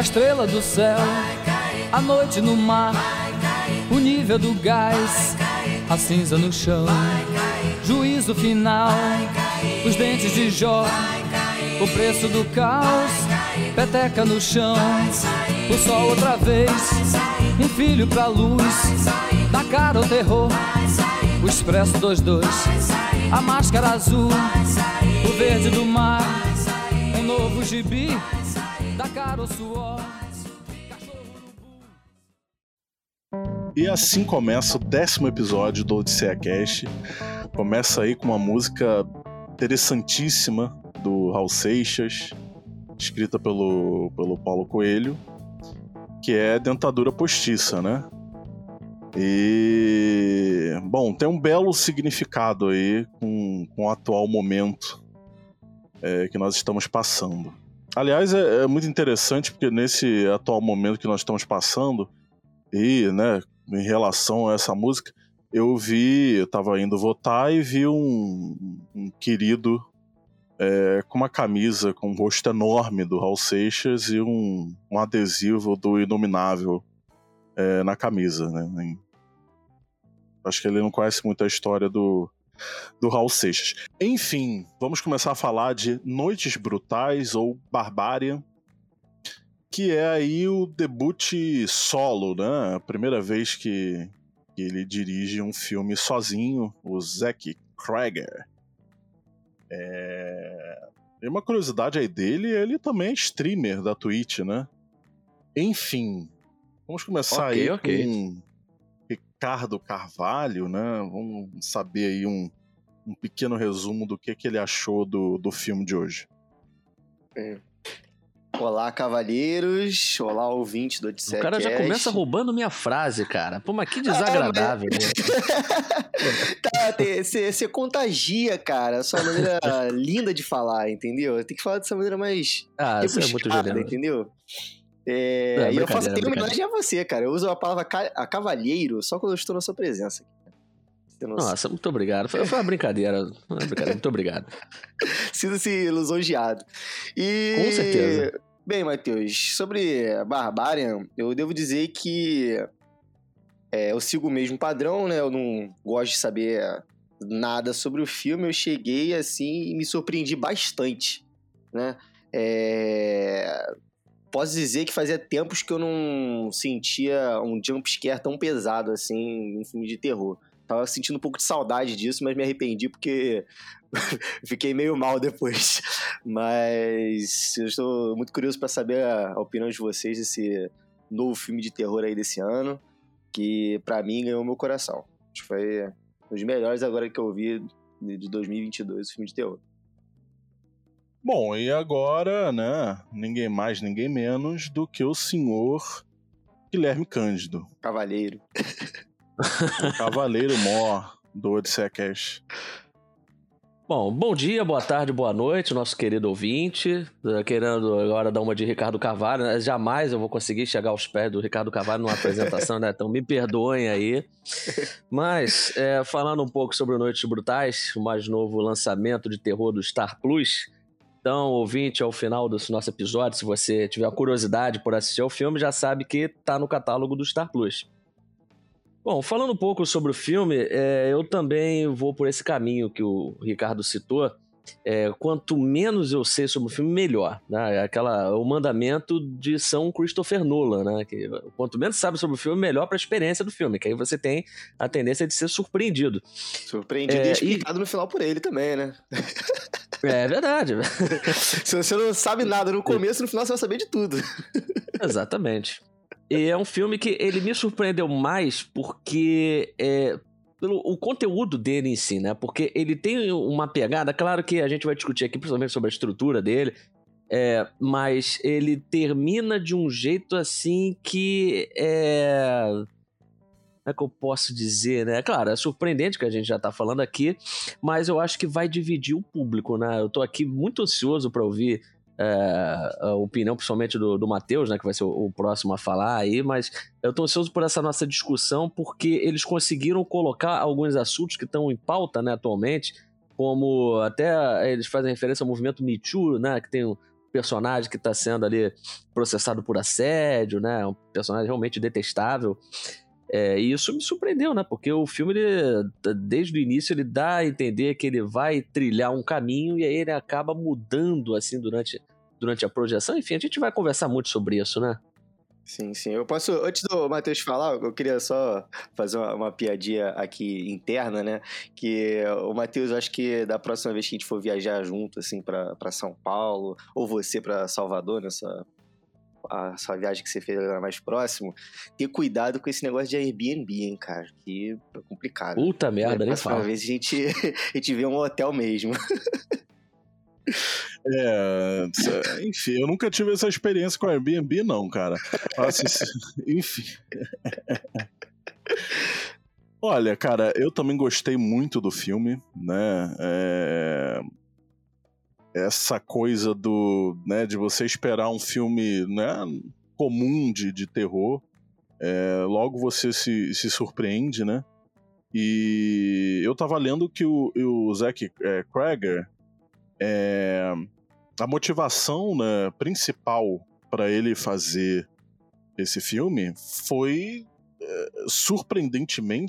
estrela do céu, a noite no mar, o nível do gás, a cinza no chão, juízo final, os dentes de Jó, o preço do caos, peteca no chão, o sol outra vez, um filho pra luz, da cara ao terror, o expresso 22, a máscara azul, o verde do mar, um novo gibi, da cara ao suor. E assim começa o 10º episódio do Odisseia Cast. Começa aí com uma música interessantíssima do Raul Seixas, escrita pelo Paulo Coelho, que é Dentadura Postiça, né? E, bom, tem um belo significado aí com o atual momento que nós estamos passando. Aliás, é muito interessante porque nesse atual momento que nós estamos passando, e, né, em relação a essa música, eu estava indo votar e vi um querido com uma camisa com um rosto enorme do Raul Seixas e um adesivo do Inominável na camisa, né? Acho que ele não conhece muito a história do Raul Seixas. Enfim, vamos começar a falar de Noites Brutais ou Barbarian, que é aí o debut solo, né? A primeira vez que ele dirige um filme sozinho, o Zack Cregger. E uma curiosidade aí dele, ele também é streamer da Twitch, né? Enfim, vamos começar com Ricardo Carvalho, né? Vamos saber aí um pequeno resumo do que ele achou do filme de hoje. Olá, cavalheiros. Olá, ouvinte do Odisseia Cast. O cara já começa roubando minha frase, cara. Pô, mas que desagradável. Tá, você contagia, cara. A sua maneira linda de falar, entendeu? Tem que falar dessa maneira mais isso é muito genial, entendeu? E eu faço uma homenagem a você, cara. Eu uso a palavra cavalheiro só quando eu estou na sua presença. Nossa, muito obrigado. Foi uma brincadeira. Muito obrigado. Sinto-se lisonjeado. Com certeza. Bem, Matheus, sobre Barbarian, eu devo dizer que eu sigo o mesmo padrão, né? Eu não gosto de saber nada sobre o filme. Eu cheguei assim e me surpreendi bastante, né? Posso dizer que fazia tempos que eu não sentia um jumpscare tão pesado assim em um filme de terror. Tava sentindo um pouco de saudade disso, mas me arrependi porque fiquei meio mal depois. Mas eu estou muito curioso para saber a opinião de vocês desse novo filme de terror aí desse ano, que pra mim ganhou meu coração. Acho que foi um dos melhores agora que eu vi de 2022, o filme de terror. Bom, e agora, né, ninguém mais, ninguém menos do que o senhor Guilherme Cândido. Cavalheiro. O Cavaleiro Mor do Odisseia Cast. Bom dia, boa tarde, boa noite, nosso querido ouvinte. Querendo agora dar uma de Ricardo Carvalho, né? Jamais eu vou conseguir chegar aos pés do Ricardo Carvalho numa apresentação, né? Então me perdoem aí. Mas, falando um pouco sobre Noites Brutais, o mais novo lançamento de terror do Star Plus. Então, ouvinte, ao final desse nosso episódio, se você tiver curiosidade por assistir ao filme, já sabe que tá no catálogo do Star Plus. Bom, falando um pouco sobre o filme, eu também vou por esse caminho que o Ricardo citou. Quanto menos eu sei sobre o filme, melhor, né? O mandamento de São Christopher Nolan, né? Que, quanto menos sabe sobre o filme, melhor para a experiência do filme, que aí você tem a tendência de ser surpreendido. Surpreendido e explicado no final por ele também, né? É verdade. Se você não sabe nada no começo, no final você vai saber de tudo. Exatamente. E é um filme que ele me surpreendeu mais porque pelo o conteúdo dele em si, né? Porque ele tem uma pegada, claro que a gente vai discutir aqui principalmente sobre a estrutura dele, mas ele termina de um jeito assim que como é que eu posso dizer, né? Claro, é surpreendente que a gente já tá falando aqui, mas eu acho que vai dividir o público, né? Eu tô aqui muito ansioso para ouvir a opinião, principalmente do Matheus, né, que vai ser o próximo a falar aí, mas eu tô ansioso por essa nossa discussão, porque eles conseguiram colocar alguns assuntos que estão em pauta, né, atualmente, como até eles fazem referência ao movimento Me Too, né, que tem personagem que está sendo ali processado por assédio, né? Um personagem realmente detestável. E isso me surpreendeu, né? Porque o filme, desde o início, ele dá a entender que ele vai trilhar um caminho e aí ele acaba mudando, assim, durante a projeção. Enfim, a gente vai conversar muito sobre isso, né? Sim. Eu posso, antes do Matheus falar, eu queria só fazer uma piadinha aqui interna, né? Que o Matheus, acho que da próxima vez que a gente for viajar junto, assim, pra São Paulo, ou você pra Salvador, a sua viagem que você fez agora mais próximo, ter cuidado com esse negócio de Airbnb, hein, cara? Que é complicado. Puta merda, nem fala. Da próxima vez a gente vê um hotel mesmo. Enfim, eu nunca tive essa experiência com Airbnb, não, cara. Enfim. Olha, cara, eu também gostei muito do filme, né? Essa coisa de você esperar um filme, né, comum de terror, logo você se surpreende, né? E eu tava lendo que o Zach Cregger, a motivação, né, principal para ele fazer esse filme foi surpreendentemente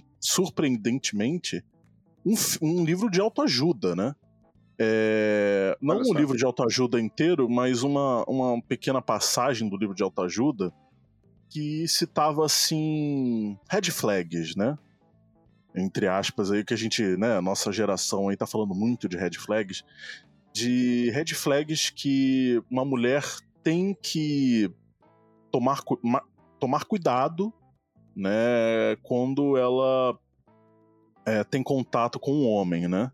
um livro de autoajuda, né? Não um livro de autoajuda inteiro, mas uma pequena passagem do livro de autoajuda que citava, assim, red flags, né? Entre aspas, aí que a gente, né, a nossa geração aí tá falando muito de red flags, que uma mulher tem que tomar cuidado, né, quando ela tem contato com um homem, né?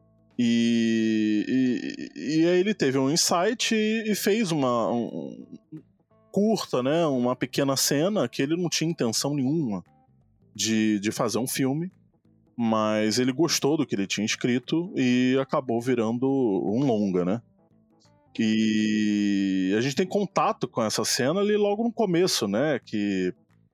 E aí ele teve um insight e fez curta, né, uma pequena cena que ele não tinha intenção nenhuma de fazer um filme, mas ele gostou do que ele tinha escrito e acabou virando um longa, né? E a gente tem contato com essa cena ali logo no começo, né? Que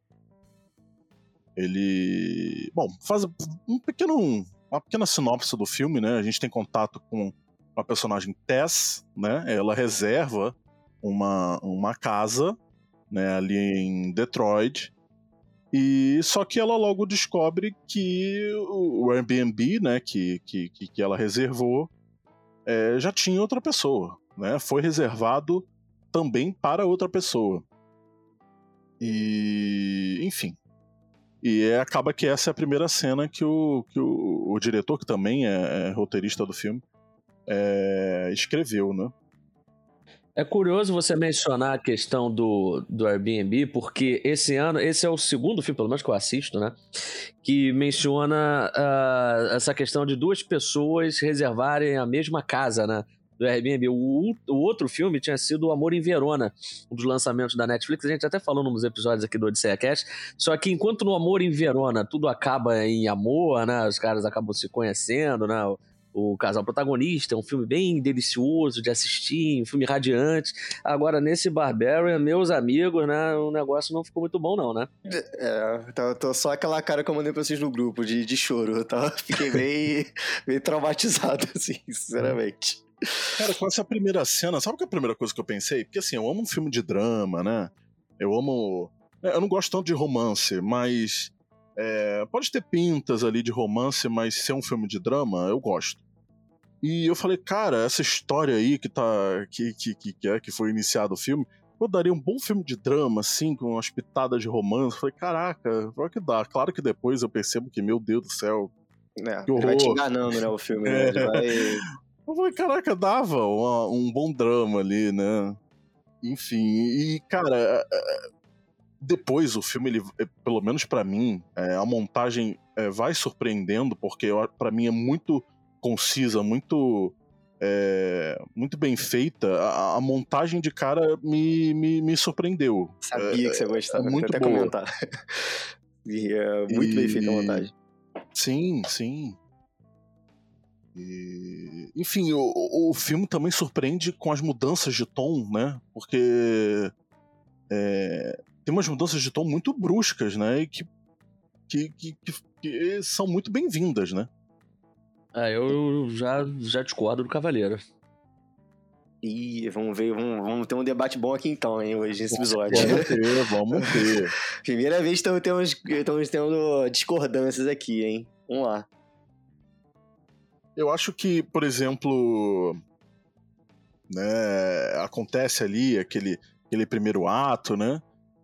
ele... Bom, faz uma pequena sinopse do filme, né? A gente tem contato com a personagem Tess, né? Ela reserva uma casa, né, ali em Detroit, e só que ela logo descobre que o Airbnb, né, que ela reservou, já tinha outra pessoa, né? Foi reservado também para outra pessoa. E, enfim. E acaba que essa é a primeira cena que o diretor, que também é roteirista do filme, escreveu, né? É curioso você mencionar a questão do Airbnb, porque esse ano, esse é o segundo filme, pelo menos que eu assisto, né? Que menciona essa questão de duas pessoas reservarem a mesma casa, né? Do Airbnb. O outro filme tinha sido O Amor em Verona, um dos lançamentos da Netflix. A gente até falou nos episódios aqui do Odisseia Cast. Só que enquanto no Amor em Verona tudo acaba em amor, né? Os caras acabam se conhecendo, né? O casal protagonista, é um filme bem delicioso de assistir, um filme radiante. Agora, nesse Barbarian, meus amigos, né, o negócio não ficou muito bom não, né? Tô só aquela cara que eu mandei pra vocês no grupo, de choro, tá? Fiquei meio traumatizado, assim, sinceramente. Cara, com essa primeira cena, sabe qual é a primeira coisa que eu pensei? Porque assim, eu amo um filme de drama, né? Eu não gosto tanto de romance, mas... pode ter pintas ali de romance, mas ser um filme de drama, eu gosto. E eu falei, cara, essa história aí que foi iniciado o filme, eu daria um bom filme de drama, assim, com umas pitadas de romance. Eu falei, caraca, vai que dá. Claro que depois eu percebo que, meu Deus do céu, que horror. Ele vai te enganando, né, o filme, né? Ele vai... Eu falei, caraca, dava um bom drama ali, né? Enfim, e, cara... Depois o filme, ele, pelo menos pra mim, a montagem vai surpreendendo, porque pra mim é muito concisa, muito bem feita. A montagem de cara me surpreendeu. Sabia que você gostava, muito até boa. comentar. Muito bem feita a montagem. Sim. Enfim, o filme também surpreende com as mudanças de tom, né? Porque... tem umas mudanças de tom muito bruscas, né? E que são muito bem-vindas, né? Eu já discordo do Cavaleiro. Ih, vamos ver, vamos ter um debate bom aqui então, hein, hoje, nesse episódio. Vamos ter. Primeira vez que estamos tendo discordâncias aqui, hein? Vamos lá. Eu acho que, por exemplo, né, acontece ali aquele primeiro ato, né?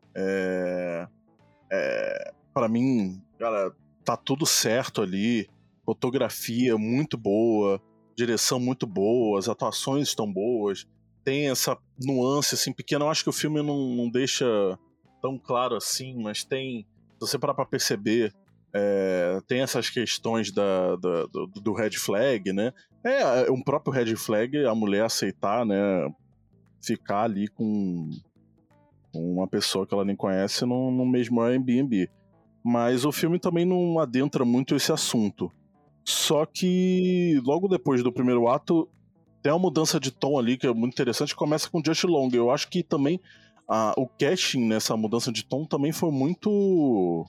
Pra mim, cara, tá tudo certo ali. Fotografia muito boa, direção muito boa, as atuações estão boas. Tem essa nuance assim pequena. Eu acho que o filme não deixa tão claro assim, mas tem, se você parar pra perceber, tem essas questões do red flag, né? Um próprio red flag, a mulher aceitar, né, ficar ali com uma pessoa que ela nem conhece no mesmo Airbnb. Mas o filme também não adentra muito esse assunto. Só que logo depois do primeiro ato tem uma mudança de tom ali que é muito interessante, começa com Justin Long. Eu acho que também o casting nessa mudança de tom também foi muito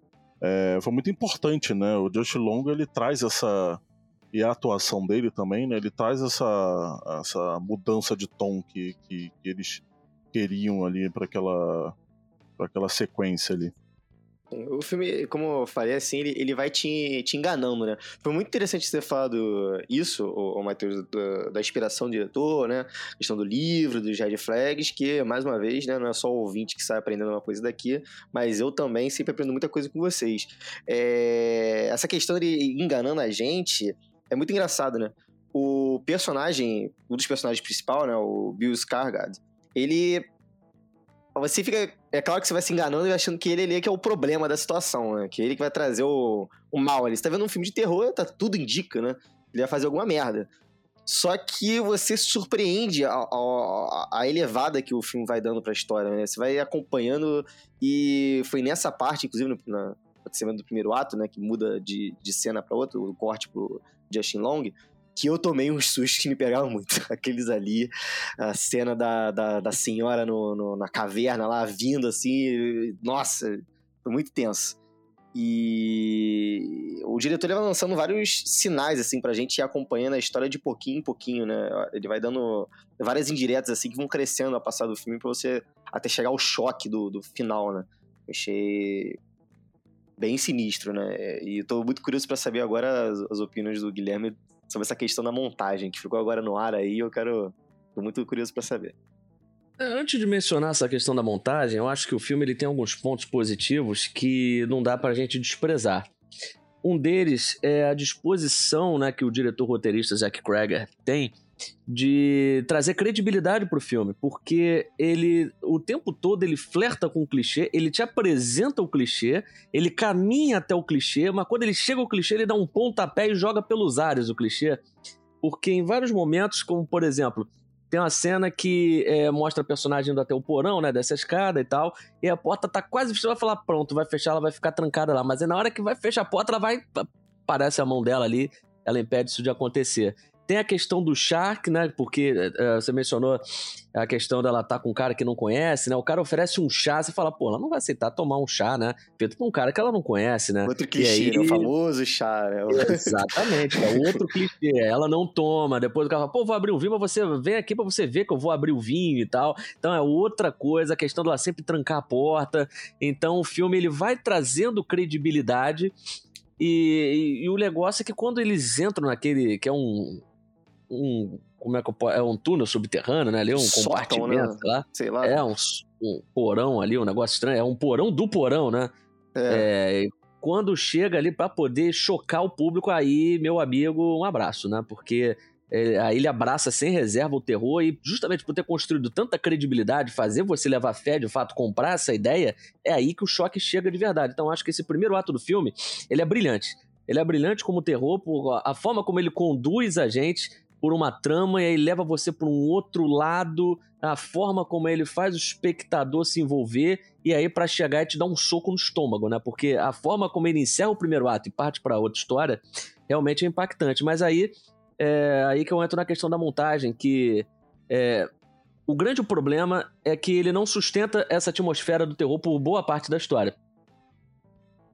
importante, né? O Justin Long, ele traz essa... E a atuação dele também, né? Ele traz essa mudança de tom que eles queriam ali para aquela sequência ali. O filme, como eu falei, assim, ele vai te enganando, né? Foi muito interessante você ter falado isso, o Matheus, da inspiração do diretor, né? A questão do livro, dos red flags, que, mais uma vez, né, não é só o ouvinte que sai aprendendo uma coisa daqui, mas eu também sempre aprendo muita coisa com vocês. Essa questão de enganando a gente é muito engraçado, né? O personagem, um dos personagens principais, né, o Bill Skarsgård, ele... Você fica... É claro que você vai se enganando e achando que ele que é o problema da situação, né? Que ele que vai trazer o mal ali. Você tá vendo um filme de terror, tudo indica, né? Ele vai fazer alguma merda. Só que você se surpreende a elevada que o filme vai dando pra história, né? Você vai acompanhando e foi nessa parte, inclusive, na semana do primeiro ato, né? Que muda de cena pra outra, o corte pro Justin Long, que eu tomei uns sustos que me pegavam muito. Aqueles ali, a cena da senhora na caverna lá, vindo assim, nossa, foi muito tenso. E o diretor ele vai lançando vários sinais, assim, pra gente ir acompanhando a história de pouquinho em pouquinho, né? Ele vai dando várias indiretas, assim, que vão crescendo ao passar do filme pra você até chegar ao choque do final, né? Eu achei bem sinistro, né? E tô muito curioso pra saber agora as opiniões do Guilherme sobre essa questão da montagem, que ficou agora no ar aí, tô muito curioso pra saber. Antes de mencionar essa questão da montagem, eu acho que o filme ele tem alguns pontos positivos que não dá pra gente desprezar. Um deles é a disposição, né, que o diretor roteirista Zach Cregger tem de trazer credibilidade pro filme, porque ele, o tempo todo, ele flerta com o clichê, ele te apresenta o clichê, ele caminha até o clichê, mas quando ele chega ao clichê, ele dá um pontapé e joga pelos ares o clichê, porque em vários momentos, como por exemplo, tem uma cena que mostra a personagem indo até o porão, né, dessa escada e tal, e a porta tá quase fechada, vai falar, pronto, vai fechar, ela vai ficar trancada lá, mas aí na hora que vai fechar a porta, ela vai, aparece a mão dela ali, ela impede isso de acontecer. Tem a questão do Shark, né? Porque você mencionou a questão dela estar com um cara que não conhece, né? O cara oferece um chá, você fala, pô, ela não vai aceitar tomar um chá, né? Feito por um cara que ela não conhece, né? Outro clichê, né? O famoso chá, né? Exatamente, é outro clichê. Ela não toma, depois o cara fala, pô, vou abrir um vinho, mas você vem aqui pra você ver que eu vou abrir o vinho e tal. Então é outra coisa, a questão dela sempre trancar a porta. Então o filme, ele vai trazendo credibilidade e o negócio é que quando eles entram naquele, que é como é que é um túnel subterrâneo, né? Ali um compartimento, né? Sei lá. É um porão ali, um negócio estranho. É um porão do porão, né? Quando chega ali pra poder chocar o público, aí, meu amigo, um abraço, né? Porque aí ele abraça sem reserva o terror e justamente por ter construído tanta credibilidade, fazer você levar fé, de fato, comprar essa ideia, é aí que o choque chega de verdade. Então acho que esse primeiro ato do filme, ele é brilhante. Ele é brilhante como terror, por a forma como ele conduz a gente por uma trama e aí leva você para um outro lado, a forma como ele faz o espectador se envolver e aí para chegar e te dar um soco no estômago, né? Porque a forma como ele encerra o primeiro ato e parte para outra história realmente é impactante. Mas aí que eu entro na questão da montagem, que o grande problema é que ele não sustenta essa atmosfera do terror por boa parte da história.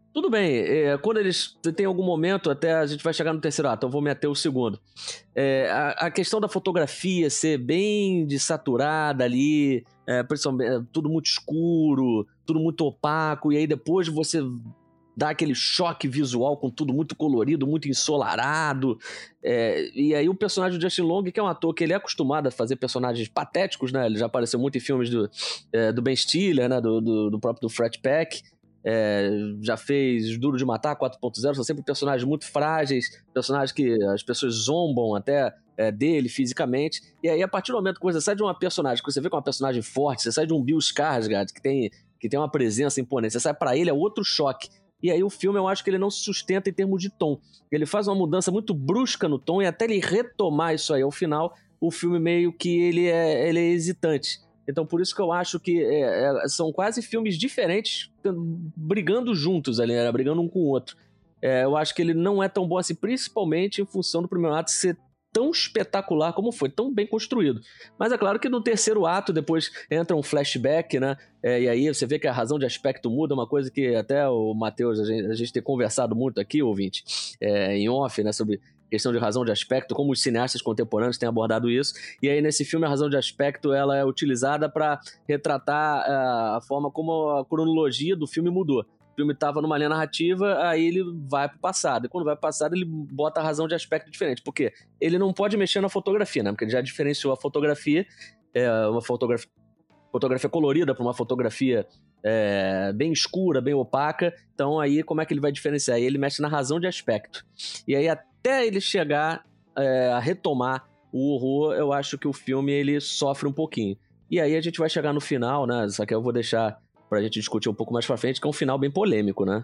Tudo bem, quando eles tem algum momento, até a gente vai chegar no terceiro ato, eu vou me ater o segundo. A questão da fotografia ser bem desaturada ali, principalmente, tudo muito escuro, tudo muito opaco, e aí depois você dá aquele choque visual com tudo muito colorido, muito ensolarado. E aí o personagem do Justin Long, que é um ator que ele é acostumado a fazer personagens patéticos, né? Ele já apareceu muito em filmes do Ben Stiller, né? Do próprio do Frat Pack. Já fez Duro de Matar 4.0, são sempre personagens muito frágeis, personagens que as pessoas zombam até dele fisicamente, e aí a partir do momento que você sai de uma personagem, que você vê que é uma personagem forte, você sai de um Bill Skarsgård que tem uma presença imponente, você sai pra ele, é outro choque. E aí o filme, eu acho que ele não se sustenta em termos de tom, ele faz uma mudança muito brusca no tom, e até ele retomar isso aí ao final, o filme meio que ele é hesitante. Então, por isso que eu acho que são quase filmes diferentes, brigando juntos ali, né? Brigando um com o outro. Eu acho que ele não é tão bom assim, principalmente em função do primeiro ato ser tão espetacular como foi, tão bem construído. Mas é claro que no terceiro ato, depois entra um flashback, né? E aí você vê que a razão de aspecto muda, uma coisa que até o Matheus, a gente tem conversado muito aqui, ouvinte, em off, né? Sobre questão de razão de aspecto, como os cineastas contemporâneos têm abordado isso, e aí nesse filme a razão de aspecto ela é utilizada para retratar a forma como a cronologia do filme mudou. O filme estava numa linha narrativa, aí ele vai pro passado, e quando vai pro passado ele bota a razão de aspecto diferente, porque ele não pode mexer na fotografia, né? Porque ele já diferenciou a fotografia, uma fotografia colorida para uma fotografia bem escura, bem opaca. Então aí como é que ele vai diferenciar? Aí ele mexe na razão de aspecto. E aí até ele chegar a retomar o horror, eu acho que o filme ele sofre um pouquinho. E aí a gente vai chegar no final, né? Só que eu vou deixar pra gente discutir um pouco mais pra frente, que é um final bem polêmico, né?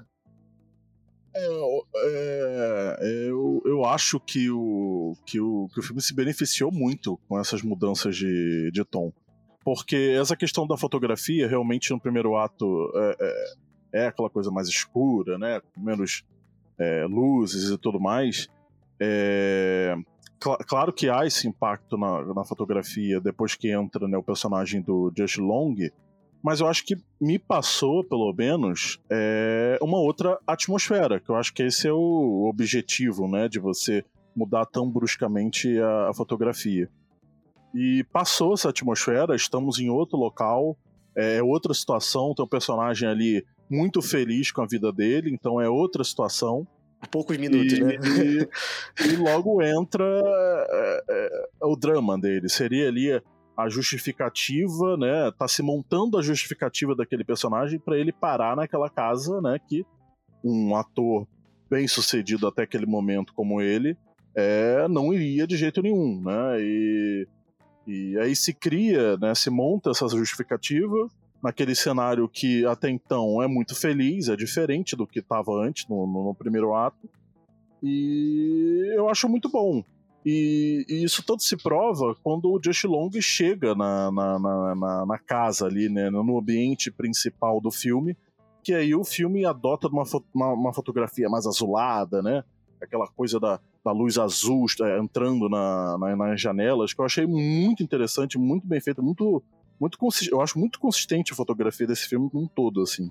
Eu acho que o filme se beneficiou muito com essas mudanças de tom. Porque essa questão da fotografia, realmente, no primeiro ato, é aquela coisa mais escura, né? Com menos luzes e tudo mais. Claro que há esse impacto na fotografia depois que entra, né, o personagem do Justin Long, mas eu acho que me passou, pelo menos, uma outra atmosfera, que eu acho que esse é o objetivo, né? De você mudar tão bruscamente a fotografia. E passou essa atmosfera, estamos em outro local, outra situação, tem um personagem ali muito feliz com a vida dele, então é outra situação. Poucos minutos, né? E logo entra o drama dele, seria ali a justificativa, né? Tá se montando a justificativa daquele personagem para ele parar naquela casa, né? Que um ator bem sucedido até aquele momento como ele não iria de jeito nenhum, né? E aí se cria, né, se monta essa justificativa naquele cenário que até então é muito feliz, é diferente do que estava antes, no primeiro ato. E eu acho muito bom. E isso todo se prova quando o Justin Long chega na casa ali, né, no ambiente principal do filme, que aí o filme adota uma fotografia mais azulada, né? Aquela coisa da luz azul entrando nas janelas, que eu achei muito interessante, muito bem feito, muito eu acho muito consistente a fotografia desse filme como um todo, assim.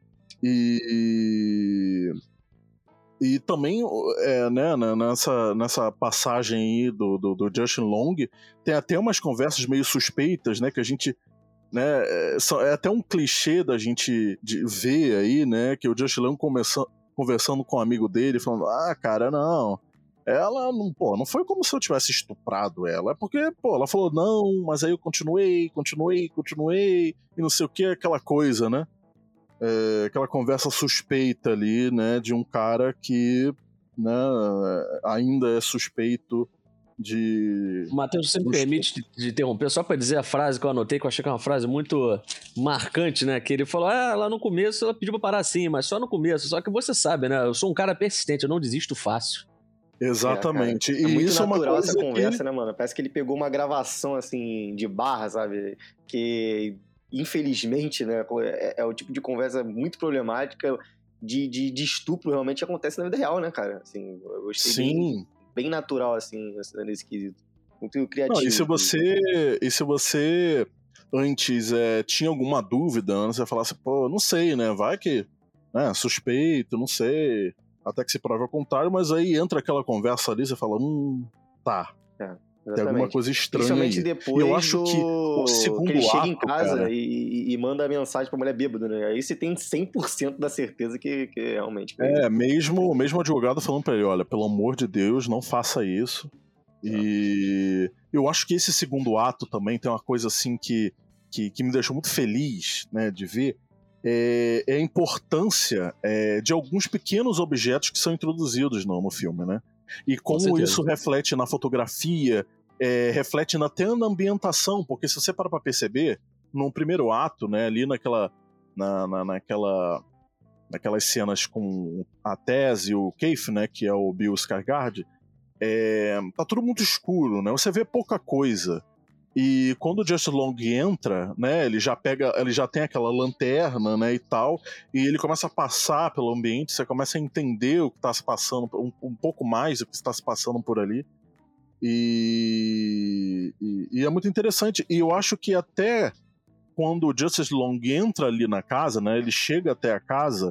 E também, né, nessa passagem aí do Justin Long, tem até umas conversas meio suspeitas, né, que a gente, né, é até um clichê da gente ver aí, né, que o Justin Long conversando com um amigo dele, falando, cara, não, ela não foi como se eu tivesse estuprado ela, é porque, ela falou não, mas aí eu continuei, e não sei o que, aquela coisa, né? Aquela conversa suspeita ali, né, de um cara que, né, ainda é suspeito de... Matheus, você me permite de interromper só para dizer a frase que eu anotei, que eu achei que é uma frase muito marcante, né? Que ele falou, lá no começo ela pediu pra parar assim, mas só no começo. Só que você sabe, né? Eu sou um cara persistente, eu não desisto fácil. Exatamente. E muito isso natural é uma coisa essa conversa, né, mano? Parece que ele pegou uma gravação, assim, de barra, sabe? Que, infelizmente, né, é o tipo de conversa muito problemática de estupro, realmente acontece na vida real, né, cara? Assim, eu gostei bem natural, assim, nesse quesito. Muito criativo. Não, e se você antes tinha alguma dúvida, antes você falasse, não sei, né, vai que né, suspeito, não sei, até que se prove ao contrário, mas aí entra aquela conversa ali, você fala, tá, tem alguma coisa estranha aí. Principalmente depois eu acho que o segundo que ele chega ato, em casa, cara, e manda a mensagem pra mulher bêbada, né? Aí você tem 100% da certeza que realmente... mesmo o advogado falando pra ele, olha, pelo amor de Deus, não faça isso. E eu acho que esse segundo ato também tem uma coisa assim que me deixou muito feliz, né, de ver, é a importância de alguns pequenos objetos que são introduzidos no filme, né? E como isso reflete na fotografia, reflete até na ambientação, porque se você para pra perceber, no primeiro ato, né, ali naquelas cenas com a Tess e o Keith, né, que é o Bill Skarsgård, tá tudo muito escuro, né? Você vê pouca coisa. E quando o Justin Long entra, né, ele já tem aquela lanterna, né, e tal, e ele começa a passar pelo ambiente, você começa a entender o que está se passando, um pouco mais do que está se passando por ali. E é muito interessante. E eu acho que até quando o Justin Long entra ali na casa, né, ele chega até a casa,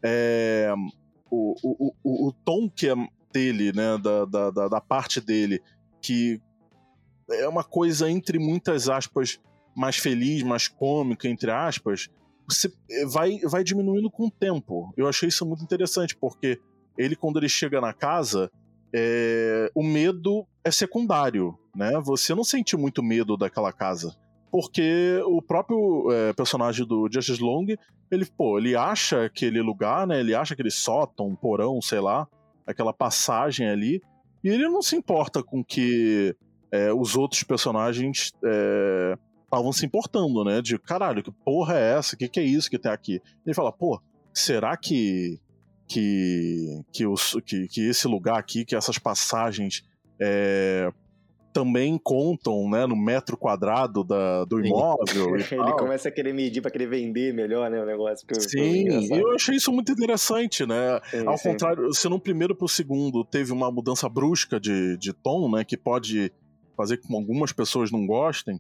o tom que é dele, né, da parte dele, que é uma coisa entre muitas aspas mais feliz, mais cômica, entre aspas, você vai diminuindo com o tempo. Eu achei isso muito interessante, porque quando ele chega na casa, o medo é secundário, né? Você não sente muito medo daquela casa, porque o próprio personagem do Justin Long, ele acha aquele lugar, né? Ele acha aquele sótão, porão, sei lá, aquela passagem ali, e ele não se importa com que os outros personagens estavam se importando, né? De caralho, que porra é essa? O que é isso que tem aqui? Ele fala, pô, será que esse lugar aqui, que essas passagens também contam, né, no metro quadrado do imóvel? E Ele tal. começa a querer medir pra querer vender melhor, né, o negócio. Sim, eu achei isso muito interessante, né? Ao contrário, se no primeiro pro segundo teve uma mudança brusca de tom, né, que pode fazer com que algumas pessoas não gostem,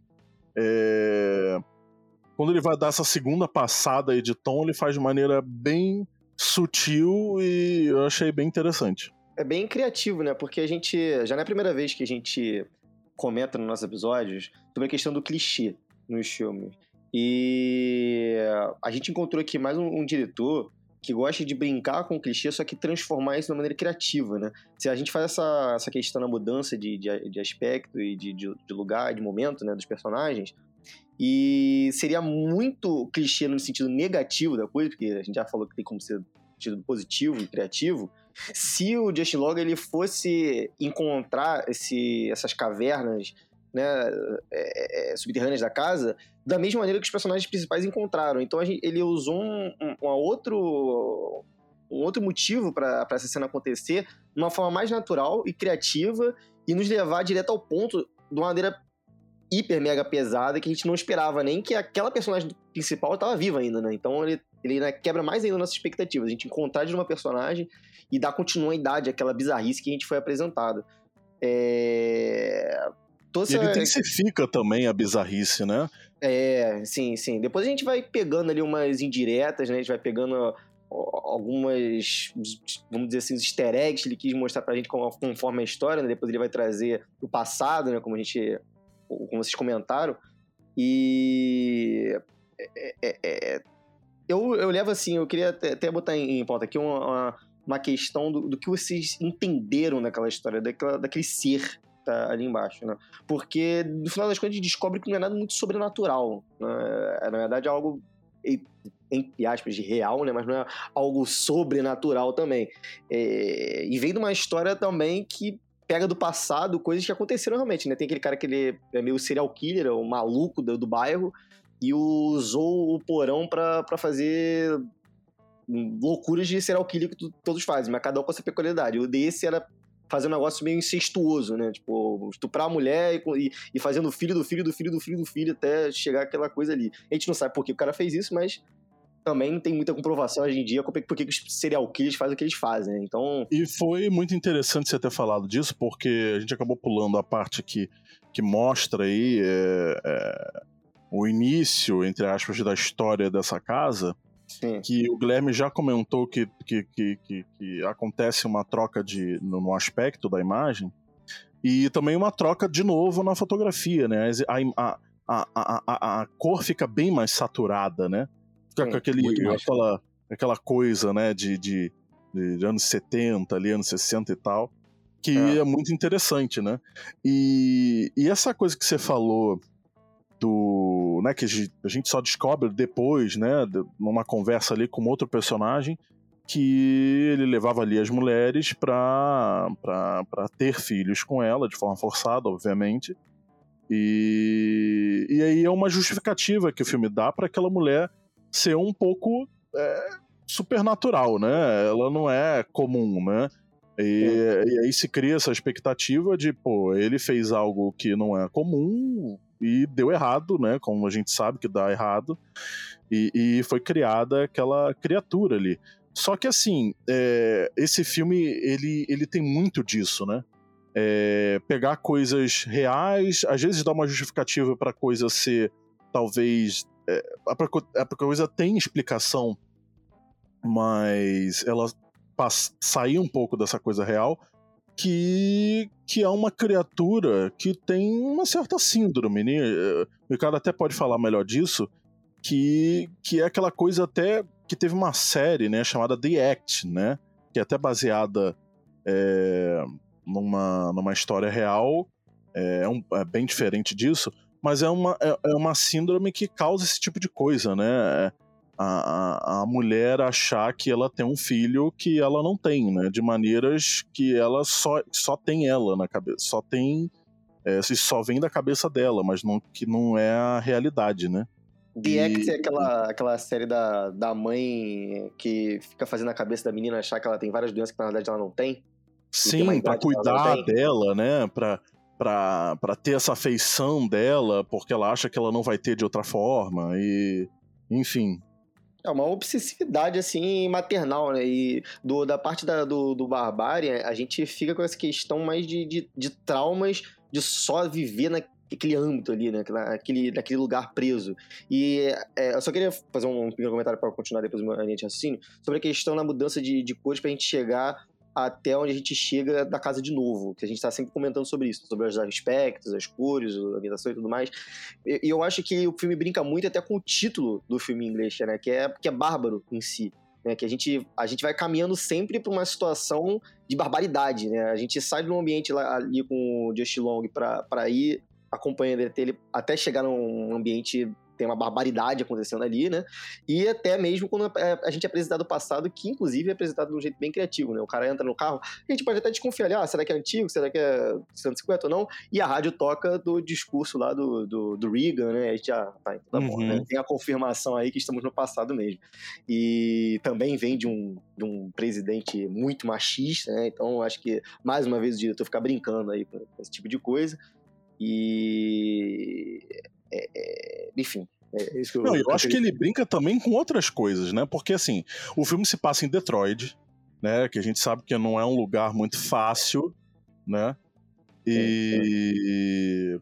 quando ele vai dar essa segunda passada aí de tom, ele faz de maneira bem sutil e eu achei bem interessante. É bem criativo, né? Porque a gente, já não é a primeira vez que a gente comenta nos nossos episódios sobre a questão do clichê nos filmes. E a gente encontrou aqui mais um diretor que gosta de brincar com o clichê, só que transformar isso de uma maneira criativa, né? Se a gente faz essa questão da mudança de aspecto e de lugar, de momento, né, dos personagens, e seria muito clichê no sentido negativo da coisa, porque a gente já falou que tem como ser no sentido positivo e criativo, se o Justin Long ele fosse encontrar essas cavernas, né, subterrâneas da casa, da mesma maneira que os personagens principais encontraram. Então ele usou um outro motivo para essa cena acontecer de uma forma mais natural e criativa e nos levar direto ao ponto de uma maneira hiper mega pesada que a gente não esperava nem que aquela personagem principal estava viva ainda, né? Então ele quebra mais ainda nossas expectativas. A gente encontrar de uma personagem e dar continuidade àquela bizarrice que a gente foi apresentado. E ele intensifica também a bizarrice, né? Sim. Depois a gente vai pegando ali umas indiretas, né? A gente vai pegando algumas, vamos dizer assim, os easter eggs que ele quis mostrar pra gente conforme a história, né? Depois ele vai trazer o passado, né? Como vocês comentaram. E eu levo assim, eu queria até botar em pauta aqui uma questão do que vocês entenderam naquela história, daquele ser que tá ali embaixo, né? Porque no final das contas a gente descobre que não é nada muito sobrenatural, né? Na verdade é algo, entre aspas, de real, né? Mas não é algo sobrenatural também. E vem de uma história também que pega do passado coisas que aconteceram realmente, né? Tem aquele cara que ele é meio serial killer, o maluco do bairro, e usou o porão pra fazer loucuras de serial killer que todos fazem, mas cada um com essa peculiaridade. O desse era fazer um negócio meio incestuoso, né? Tipo, estuprar a mulher e fazendo filho do filho do filho do filho do filho até chegar aquela coisa ali. A gente não sabe por que o cara fez isso, mas também não tem muita comprovação hoje em dia por que os serial killers fazem o que eles fazem, né? Então... E foi muito interessante você ter falado disso, porque a gente acabou pulando a parte que mostra aí o início, entre aspas, da história dessa casa, Sim. que o Guilherme já comentou que acontece uma troca no aspecto da imagem, e também uma troca de novo na fotografia, né? A cor fica bem mais saturada, né? Fica com aquela coisa, né, de anos 70, ali, anos 60 e tal, que é muito interessante, né? E essa coisa que você falou né, que a gente só descobre depois, né, numa conversa ali com outro personagem, que ele levava ali as mulheres pra ter filhos com ela, de forma forçada, obviamente. E aí é uma justificativa que o filme dá para aquela mulher ser um pouco supernatural, né? Ela não é comum, né? E aí se cria essa expectativa de, pô, ele fez algo que não é comum e deu errado, né? Como a gente sabe que dá errado. E foi criada aquela criatura ali. Só que, assim, esse filme, ele tem muito disso, né? Pegar coisas reais, às vezes dar uma justificativa pra coisa ser, talvez... a coisa tem explicação, mas ela sair um pouco dessa coisa real, que é uma criatura que tem uma certa síndrome, né? O Ricardo até pode falar melhor disso, que é aquela coisa até que teve uma série, né, chamada The Act, né, que é até baseada numa história real, é bem diferente disso, mas é uma síndrome que causa esse tipo de coisa, né? A mulher achar que ela tem um filho que ela não tem, né? De maneiras que ela só tem ela na cabeça, só vem da cabeça dela, mas que não é a realidade, né? The Act é aquela série da mãe que fica fazendo a cabeça da menina achar que ela tem várias doenças que na verdade ela não tem. Sim, pra cuidar dela, né? Pra ter essa afeição dela, porque ela acha que ela não vai ter de outra forma, e... enfim... É uma obsessividade, assim, maternal, né? E da parte do Barbárie, a gente fica com essa questão mais de traumas de só viver naquele âmbito ali, né? Naquele lugar preso. E eu só queria fazer um pequeno comentário para continuar depois do meu raciocínio sobre a questão da mudança de cores pra gente chegar até onde a gente chega da casa de novo, que a gente tá sempre comentando sobre isso, sobre os aspectos, as cores, a ambientação e tudo mais. E eu acho que o filme brinca muito até com o título do filme em inglês, né, que é bárbaro em si, né, que a gente vai caminhando sempre pra uma situação de barbaridade, né, a gente sai de um ambiente lá, ali com o Justin Long pra ir acompanhando ele até chegar num ambiente... tem uma barbaridade acontecendo ali, né? E até mesmo quando a gente é apresentado o passado, que inclusive é apresentado de um jeito bem criativo, né? O cara entra no carro, a gente pode até desconfiar, será que é antigo? Será que é 150 ou não? E a rádio toca do discurso lá do Reagan, né? A gente já tá bom, né? Tem a confirmação aí que estamos no passado mesmo. E também vem de um presidente muito machista, né? Então acho que, mais uma vez, o diretor fica brincando aí com esse tipo de coisa. E... enfim, é isso que eu acho que ele brinca também com outras coisas, né? Porque, assim, o filme se passa em Detroit, né? Que a gente sabe que não é um lugar muito fácil, né? E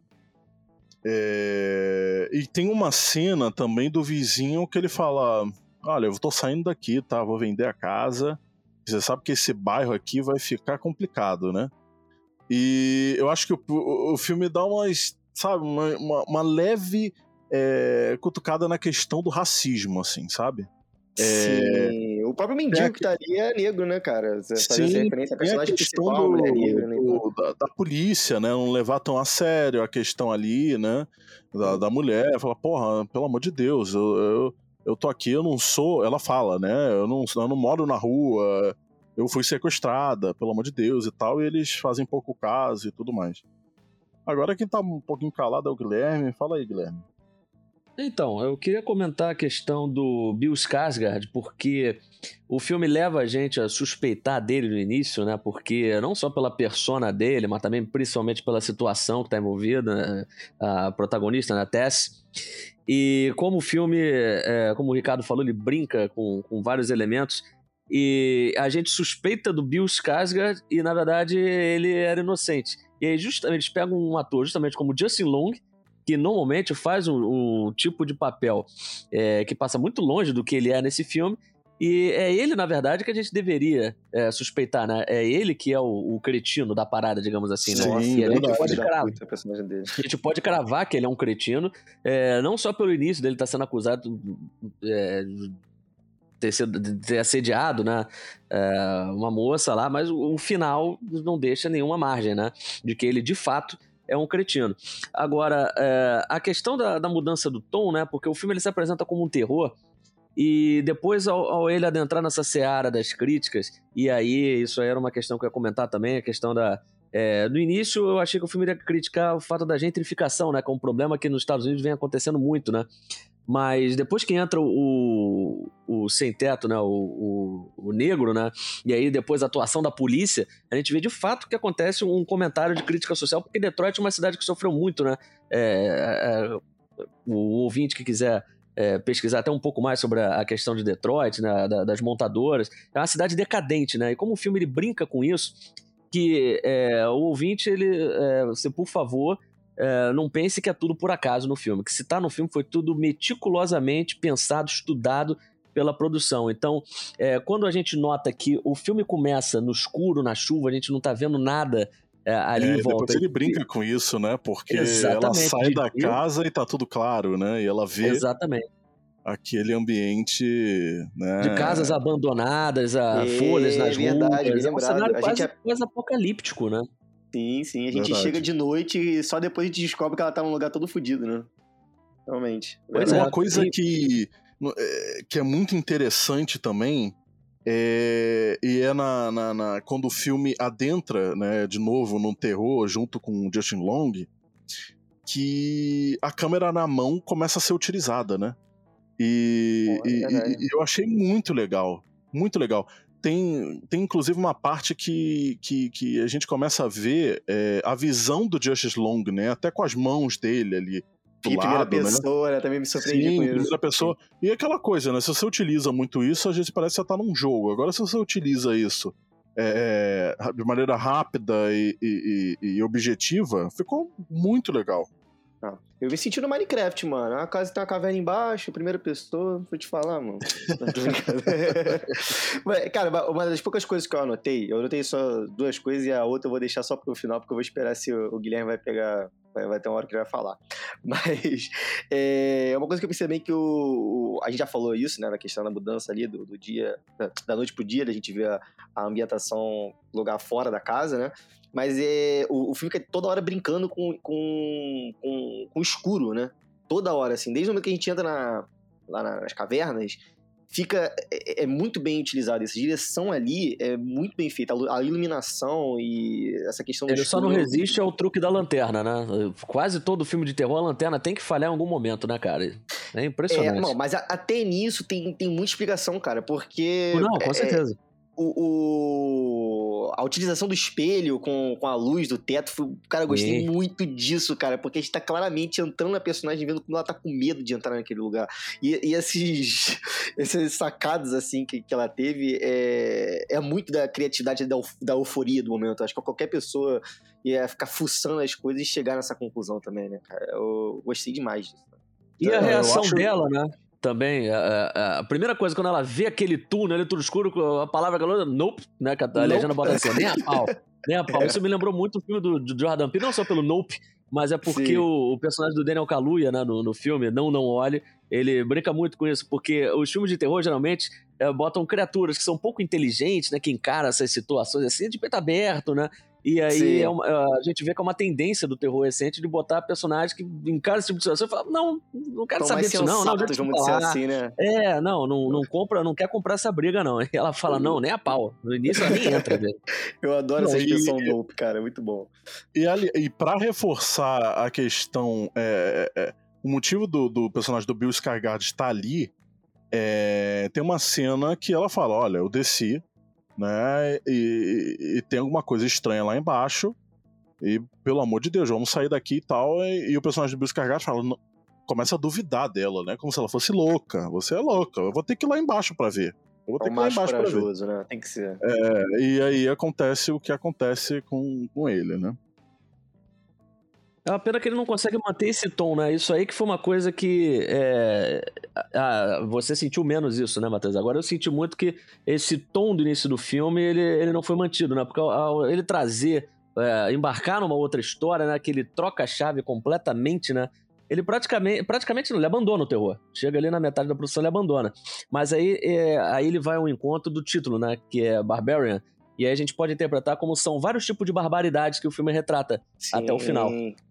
tem uma cena também do vizinho que ele fala: olha, eu tô saindo daqui, tá? Vou vender a casa. Você sabe que esse bairro aqui vai ficar complicado, né? E eu acho que o filme dá uma leve cutucada na questão do racismo, assim, sabe? Sim, o próprio mendigo que tá ali é negro, né, cara? Você faz essa referência a personagem principal, mulher negra, né? Da polícia, né? Não levar tão a sério a questão ali, né? Da mulher. Fala, porra, pelo amor de Deus, eu tô aqui, eu não sou... Ela fala, né? Eu não moro na rua, eu fui sequestrada, pelo amor de Deus e tal, e eles fazem pouco caso e tudo mais. Agora quem tá um pouquinho calado é o Guilherme. Fala aí, Guilherme. Então, eu queria comentar a questão do Bill Skarsgård, porque o filme leva a gente a suspeitar dele no início, né? Porque não só pela persona dele, mas também principalmente pela situação que está envolvida, né? A protagonista, né, Tess. E como o filme, como o Ricardo falou, ele brinca com vários elementos, e a gente suspeita do Bill Skarsgård e, na verdade, ele era inocente. E aí, justamente, eles pegam um ator justamente como Justin Long, que normalmente faz um tipo de papel que passa muito longe do que ele é nesse filme. E é ele, na verdade, que a gente deveria suspeitar, né? É ele que é o cretino da parada, digamos assim, né? Sim, E a gente pode A gente pode cravar que ele é um cretino, não só pelo início dele estar sendo acusado de ter assediado, né, uma moça lá, mas o final não deixa nenhuma margem, né, de que ele, de fato, é um cretino. Agora, a questão da mudança do tom, né, porque o filme ele se apresenta como um terror, e depois, ao ele adentrar nessa seara das críticas, e aí isso aí era uma questão que eu ia comentar também, a questão no início eu achei que o filme iria criticar o fato da gentrificação, né, que é um problema que nos Estados Unidos vem acontecendo muito, né, mas depois que entra o sem-teto, né, o negro, né, e aí depois a atuação da polícia, a gente vê de fato que acontece um comentário de crítica social, porque Detroit é uma cidade que sofreu muito, né, o ouvinte que quiser pesquisar até um pouco mais sobre a questão de Detroit, né, das montadoras, é uma cidade decadente, né, e como o filme ele brinca com isso, que o ouvinte, você, por favor, não pense que é tudo por acaso no filme, que se tá no filme foi tudo meticulosamente pensado, estudado pela produção. Então, quando a gente nota que o filme começa no escuro, na chuva, a gente não tá vendo nada ali em volta. Depois ele brinca com isso, né? Porque ela sai da casa e tá tudo claro, né? E ela vê aquele ambiente, né? De casas abandonadas, folhas nas verdade, ruas. É um cenário quase apocalíptico, né? Sim. A gente chega de noite e só depois a gente descobre que ela tá num lugar todo fodido, né? Realmente. Uma coisa que é muito interessante também quando o filme adentra, né, de novo no terror junto com Justin Long, que a câmera na mão começa a ser utilizada, né? E eu achei muito legal. Tem inclusive uma parte que a gente começa a ver a visão do Justice Long, né? Até com as mãos dele ali do lado, primeira pessoa, né? Também me surpreendi com isso. Primeira pessoa. E aquela coisa, né? Se você utiliza muito isso, às vezes parece que você tá num jogo. Agora, se você utiliza isso de maneira rápida e objetiva, ficou muito legal. Eu me senti no Minecraft, mano. A casa tem uma caverna embaixo, primeira pessoa. Vou te falar, mano. Mas, cara, uma das poucas coisas que eu anotei só 2 coisas e a outra eu vou deixar só pro final, porque eu vou esperar se o Guilherme vai pegar. Vai ter uma hora que ele vai falar. Mas uma coisa que eu percebi que a gente já falou isso, né? Na questão da mudança ali do dia, da noite pro dia, da gente ver a ambientação lugar fora da casa, né? Mas o filme fica toda hora brincando com o escuro, né? Toda hora, assim. Desde o momento que a gente entra lá nas cavernas, é muito bem utilizado. Essa direção ali é muito bem feita. A iluminação e essa questão do Ele escuro... só não resiste ao truque da lanterna, né? Quase todo filme de terror, a lanterna tem que falhar em algum momento, né, cara? É impressionante. Não, mas até nisso tem muita explicação, cara. Porque... Não, com certeza. A utilização do espelho com a luz do teto, cara, eu gostei muito disso, cara, porque a gente tá claramente entrando na personagem, vendo como ela tá com medo de entrar naquele lugar. E esses sacados, assim, que ela teve, é muito da criatividade, da euforia do momento. Acho que qualquer pessoa ia ficar fuçando as coisas e chegar nessa conclusão também, né, cara? Eu gostei demais disso. E a reação dela, né? Também, a primeira coisa, quando ela vê aquele túnel ali tudo escuro, a palavra que ela usa, nope, né? A legenda bota assim, nem a pau. Isso me lembrou muito o filme do Jordan Peele, não só pelo Nope, mas é porque o personagem do Daniel Kaluuya, né, no filme, Não Olhe, ele brinca muito com isso, porque os filmes de terror, geralmente, botam criaturas que são um pouco inteligentes, né, que encaram essas situações assim, de peito aberto, né? E aí a gente vê que é uma tendência do terror recente de botar personagens que encaram esse tipo de situação e falam, não quero saber disso não. Vamos dizer assim, né? Não quer comprar essa briga não. E ela fala, não, nem a pau. No início ela nem entra, velho. Eu adoro essa expressão dope, cara, é muito bom. E pra reforçar a questão, o motivo do personagem do Bill Skarsgård estar ali, tem uma cena que ela fala, olha, eu desci, né, e tem alguma coisa estranha lá embaixo e, pelo amor de Deus, vamos sair daqui e tal, e o personagem do Bill Skarsgård fala, começa a duvidar dela, né, como se ela fosse louca, você é louca, eu vou ter que ir lá embaixo pra ver. Eu vou ter que ir lá embaixo pra ver. Né? Tem que ser. E aí acontece o que acontece com ele, né. É uma pena que ele não consegue manter esse tom, né? Isso aí que foi uma coisa que... você sentiu menos isso, né, Matheus? Agora eu senti muito que esse tom do início do filme, ele não foi mantido, né? Porque ao ele trazer, embarcar numa outra história, né? Que ele troca a chave completamente, né? Ele praticamente não, ele abandona o terror. Chega ali na metade da produção, ele abandona. Mas aí ele vai ao encontro do título, né? Que é Barbarian. E aí a gente pode interpretar como são vários tipos de barbaridades que o filme retrata. Sim, até o final.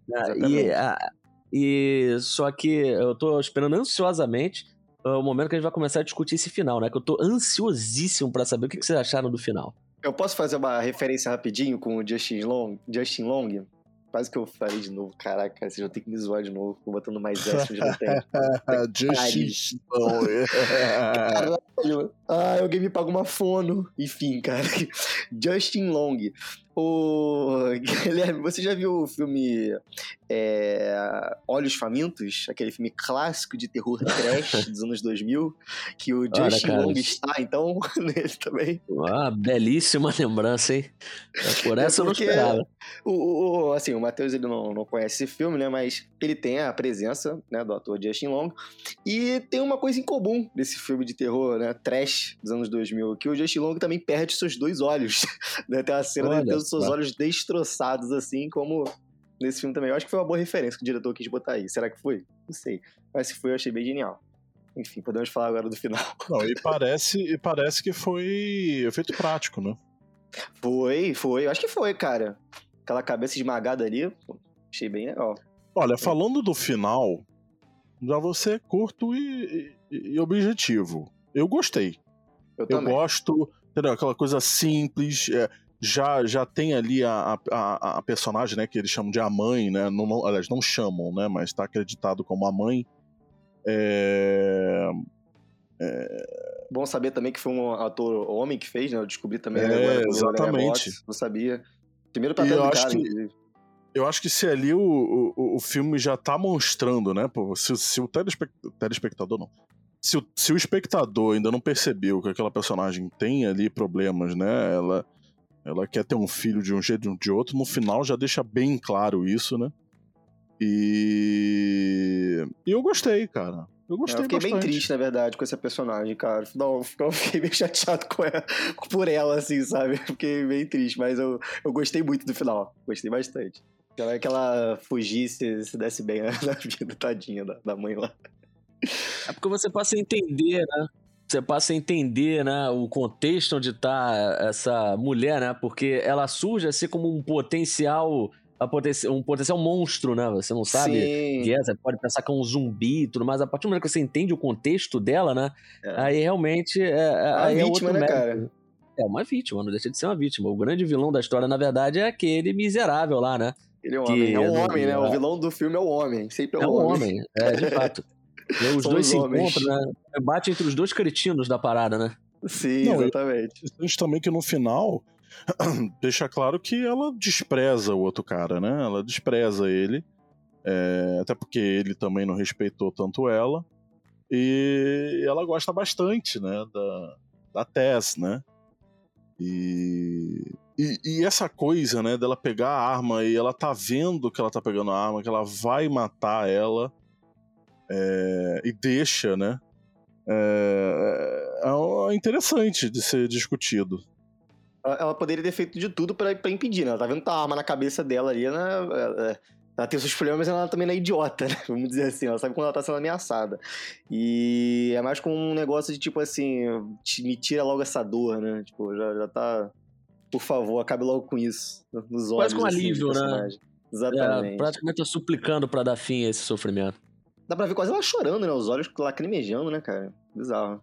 Só que eu tô esperando ansiosamente o momento que a gente vai começar a discutir esse final, né? Que eu tô ansiosíssimo pra saber o que vocês acharam do final. Eu posso fazer uma referência rapidinho com o Justin Long? Quase que eu falei de novo. Caraca, vocês vão ter que me zoar de novo. Tô botando mais S onde não tem. Justin Long. Caralho. Alguém me paga uma fono. Enfim, cara. Justin Long. Guilherme, você já viu o filme Olhos Famintos? Aquele filme clássico de terror trash dos anos 2000? Que o Justin Long está, então, nele também. Belíssima lembrança, hein? Por essa eu não esperava. Assim, o Matheus ele não conhece esse filme, né? Mas ele tem a presença, né, do ator Justin Long. E tem uma coisa em comum desse filme de terror, né? Trash dos anos 2000, que o Justin Long também perde seus 2 olhos. Né? Tem uma cena dele tendo seus olhos destroçados, assim, como nesse filme também. Eu acho que foi uma boa referência que o diretor quis botar aí. Será que foi? Não sei. Mas se foi, eu achei bem genial. Enfim, podemos falar agora do final. Não, e parece que foi efeito prático, né? Foi. Eu acho que foi, cara. Aquela cabeça esmagada ali, pô, achei bem legal. Olha, falando do final, já vou ser curto e objetivo. Eu gostei. Eu gosto, entendeu? Aquela coisa simples. Já tem ali a personagem, né, que eles chamam de a mãe, né? Aliás, não chamam, né? Mas está acreditado como a mãe. Bom saber também que foi um ator homem que fez, né? Eu descobri também. Exatamente. Não sabia. Primeiro papel do cara, inclusive. Eu acho que se ali o filme já tá mostrando, né? Pô, se o telespectador não. Se o espectador ainda não percebeu que aquela personagem tem ali problemas, né? Ela quer ter um filho de um jeito ou de outro, no final já deixa bem claro isso, né? E eu gostei, cara. Eu fiquei bem triste, na verdade, com essa personagem, cara. Não, eu fiquei meio chateado por ela, assim, sabe? Fiquei bem triste, mas eu gostei muito do final. Gostei bastante. Queria que ela fugisse, se desse bem na vida, tadinha da mãe lá. É porque você passa a entender, né? Você passa a entender, né, o contexto onde tá essa mulher, né? Porque ela surge assim como um potencial monstro, né? Você não sabe que é, você pode pensar que é um zumbi e tudo mais. A partir do momento que você entende o contexto dela, né? Aí realmente aí vítima, né, cara? É uma vítima, não deixa de ser uma vítima. O grande vilão da história, na verdade, é aquele miserável lá, né? Ele é um homem. É um homem, né? O vilão do filme é o homem. Sempre é um homem. De fato. E aí os dois se encontram, né? Bate entre os 2 cretinos da parada, né? Sim, exatamente. E também que no final deixa claro que ela despreza o outro cara, né? Ela despreza ele. Até porque ele também não respeitou tanto ela. E ela gosta bastante, né? Da Tess, né? E essa coisa, né? Dela pegar a arma e ela tá vendo que ela tá pegando a arma, que ela vai matar ela. E deixa, né? É interessante de ser discutido. Ela poderia ter feito de tudo pra impedir, né? Ela tá vendo que tá a arma na cabeça dela ali, né? Ela tem seus problemas, mas ela também não é idiota, né? Vamos dizer assim, ela sabe quando ela tá sendo ameaçada. E é mais com um negócio de tipo assim, me tira logo essa dor, né? Tipo, já tá... Por favor, acabe logo com isso. Nos olhos, quase com alívio, assim, né? Exatamente. Praticamente tá suplicando pra dar fim a esse sofrimento. Dá pra ver quase ela chorando, né? Os olhos lacrimejando, né, cara? Bizarro.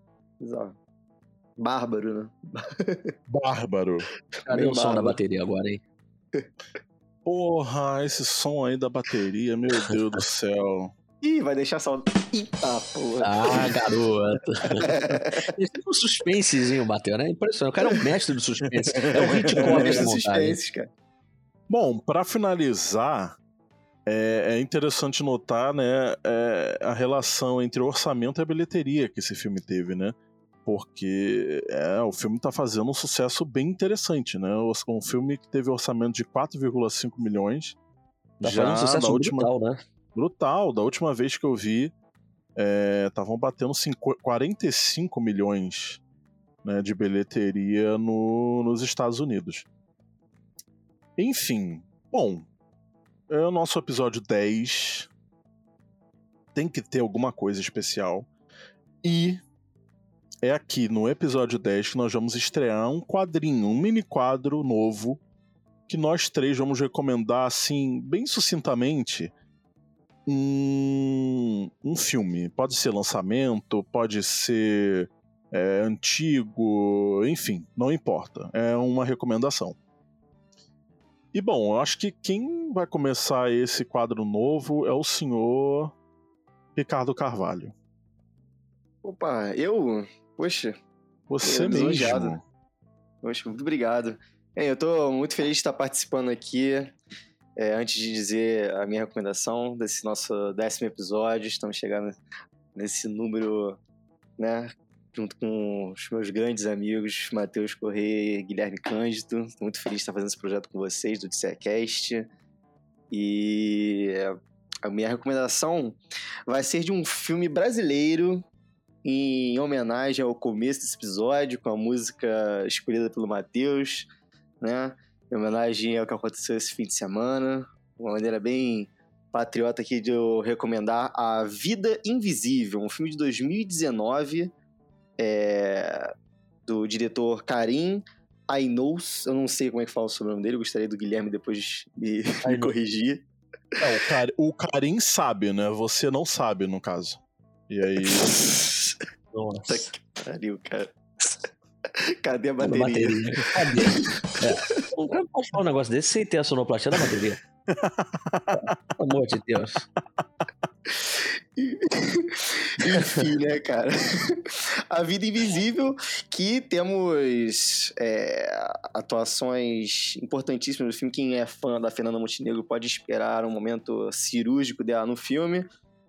Bárbaro, né? Bárbaro. Cadê o som da bateria agora, hein? Porra, esse som aí da bateria, meu Deus do céu. Ih, vai deixar só... Eita, porra. Ah, garoto. Ele tem um suspensezinho, bateu, né? Impressionante. O cara é um mestre do suspense. É um Hitchcock da montagem. Cara. Bom, pra finalizar, é interessante notar, né, a relação entre orçamento e a bilheteria que esse filme teve, né? Porque o filme tá fazendo um sucesso bem interessante, né? Um filme que teve orçamento de 4,5 milhões Tá fazendo um sucesso brutal, né? Brutal. Da última vez que eu vi, estavam batendo 45 milhões, né, de bilheteria nos Estados Unidos. Enfim, bom, é o nosso episódio 10. Tem que ter alguma coisa especial. E é aqui no episódio 10 que nós vamos estrear um quadrinho, um mini quadro novo, que nós três vamos recomendar, assim, bem sucintamente, um filme. Pode ser lançamento, pode ser antigo, enfim, não importa. É uma recomendação. E bom, eu acho que quem vai começar esse quadro novo é o senhor Ricardo Carvalho. Opa, Poxa. Você lisonjeado. mesmo. Poxa, muito obrigado. Eu tô muito feliz de estar participando aqui. Antes de dizer a minha recomendação desse nosso 10º episódio, estamos chegando nesse número, né? Junto com os meus grandes amigos, Matheus Corrêa e Guilherme Cândido. Estou muito feliz de estar fazendo esse projeto com vocês, do DCCast. E a minha recomendação vai ser de um filme brasileiro em homenagem ao começo desse episódio, com a música escolhida pelo Matheus, né? Em homenagem ao que aconteceu esse fim de semana. Uma maneira bem patriota aqui de eu recomendar A Vida Invisível, um filme de 2019, do diretor Karim Ainous. Eu não sei como é que fala o sobrenome dele, eu gostaria do Guilherme depois me corrigir. O Karim sabe, né? Você não sabe, no caso. E aí... Nossa, que pariu, cara. Cadê a bateria? Cadê? O cara pode falar um negócio desse sem ter a sonoplastia da bateria. Pelo amor de Deus. Enfim, né, cara? A Vida Invisível, que temos atuações importantíssimas no filme. Quem é fã da Fernanda Montenegro pode esperar um momento cirúrgico dela no filme.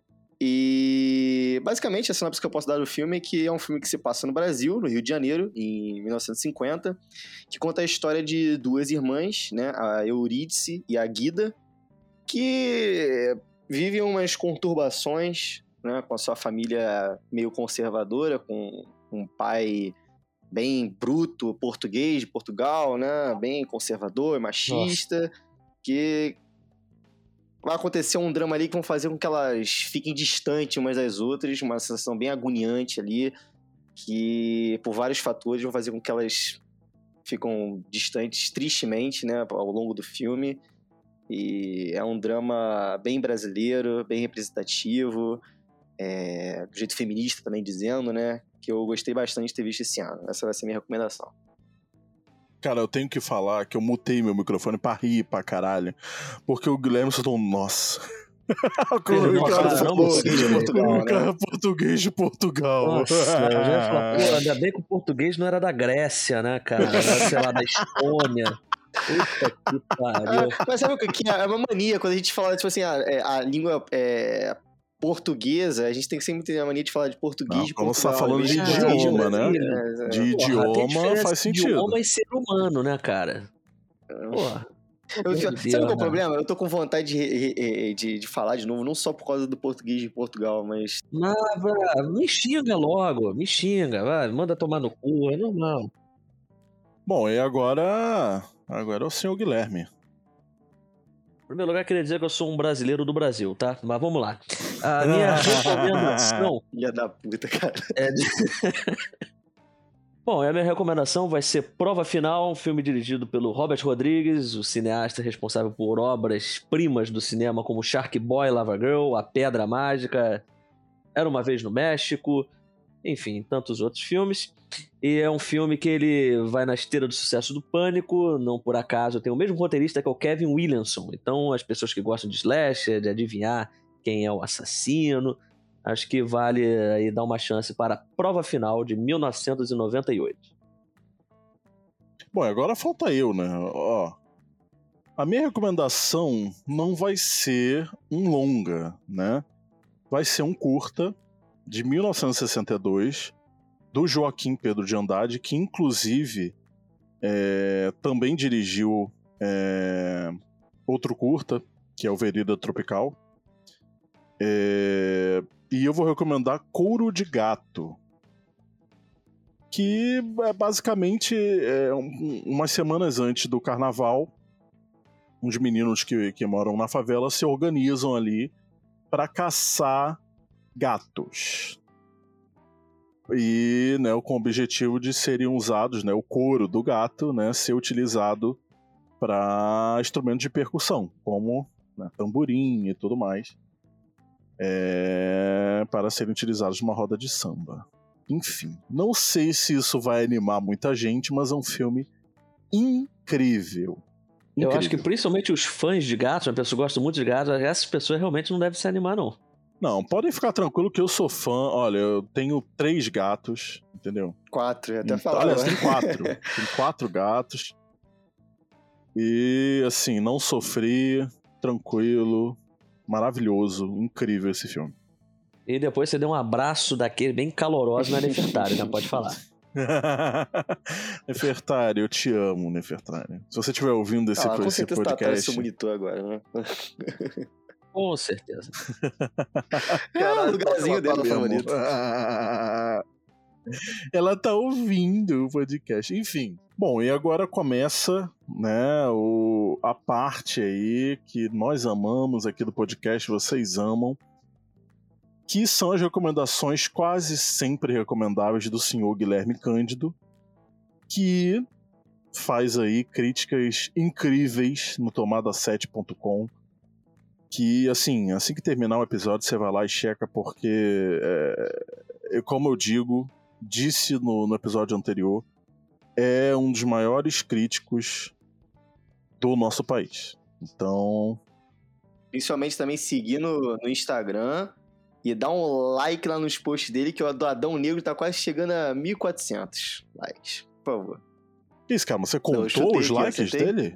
E basicamente a sinopse que eu posso dar do filme é que é um filme que se passa no Brasil, no Rio de Janeiro, em 1950, que conta a história de duas irmãs, né, a Eurídice e a Guida, que vivem umas conturbações, né, com a sua família meio conservadora, com um pai bem bruto, português de Portugal, né, bem conservador, machista. Nossa. Que vai acontecer um drama ali que vão fazer com que elas fiquem distantes umas das outras, uma sensação bem agoniante ali, que por vários fatores vão fazer com que elas ficam distantes tristemente, né, ao longo do filme. E é um drama bem brasileiro, bem representativo, do jeito feminista também dizendo, né, que eu gostei bastante de ter visto esse ano. Essa vai ser a minha recomendação. Cara, eu tenho que falar que eu mutei meu microfone pra rir pra caralho, porque o Guilherme soltou um nossa. O cara falou português de Portugal. Nossa, eu já ia falar, pô, ainda bem que o português não era da Grécia, né, cara? Era, sei lá, da Estônia. Puta que pariu. Mas sabe o que é uma mania quando a gente fala, tipo assim, a língua portuguesa, a gente tem que sempre ter a mania de falar de português de Portugal. Você tá falando de idioma, né? De idioma faz sentido. Idioma e ser humano, né, cara? Porra. Sabe qual é o problema? Eu tô com vontade de falar de novo, não só por causa do português de Portugal, mas... Me xinga logo, me xinga, vai, manda tomar no cu, é normal. Bom, e agora é o senhor Guilherme. Em primeiro lugar, queria dizer que eu sou um brasileiro do Brasil, tá? Mas vamos lá. A minha recomendação... Filha da puta, cara. Bom, a minha recomendação vai ser Prova Final, um filme dirigido pelo Robert Rodrigues, o cineasta responsável por obras-primas do cinema como Shark Boy, Lava Girl, A Pedra Mágica, Era Uma Vez no México, enfim, tantos outros filmes. E é um filme que ele vai na esteira do sucesso do Pânico, não por acaso tem o mesmo roteirista que é o Kevin Williamson. Então as pessoas que gostam de slasher, de adivinhar quem é o assassino, acho que vale aí dar uma chance para Prova Final, de 1998. Bom, agora falta eu, né? Ó, a minha recomendação não vai ser um longa, né? Vai ser um curta de 1962, do Joaquim Pedro de Andrade, que inclusive também dirigiu outro curta, que é o Vereda Tropical. E eu vou recomendar Couro de Gato, que é basicamente umas semanas antes do carnaval, uns meninos que moram na favela se organizam ali para caçar gatos. E, né, com o objetivo de serem usados, né, o couro do gato, né, ser utilizado para instrumentos de percussão, como, né, tamborim e tudo mais, para serem utilizados numa roda de samba. Enfim, não sei se isso vai animar muita gente, mas é um filme incrível. Eu acho que principalmente os fãs de gatos, as pessoas que gostam muito de gatos, essas pessoas realmente não devem se animar, não. Não, podem ficar tranquilo que eu sou fã. Olha, eu tenho 3 gatos, entendeu? 4, até falar. Aliás, tem 4. Tem 4 gatos. E, assim, não sofri, tranquilo, maravilhoso, incrível esse filme. E depois você deu um abraço daquele bem caloroso na Nefertari, né? Pode falar. Nefertari, eu te amo, Nefertari. Se você estiver ouvindo esse podcast... Tá atrás do seu monitor agora, né? Com certeza. O lugarzinho dela favorito. Ela tá ouvindo o podcast. Enfim. Bom, e agora começa, né, a parte aí que nós amamos aqui do podcast, vocês amam, que são as recomendações quase sempre recomendáveis do senhor Guilherme Cândido, que faz aí críticas incríveis no tomada7.com, que, assim que terminar o episódio, você vai lá e checa, porque, como eu disse no episódio anterior, é um dos maiores críticos do nosso país. Então... Principalmente também seguir no Instagram e dar um like lá nos posts dele, que o do Adão Negro tá quase chegando a 1.400 likes. Por favor. Isso, cara, você contou os likes dele?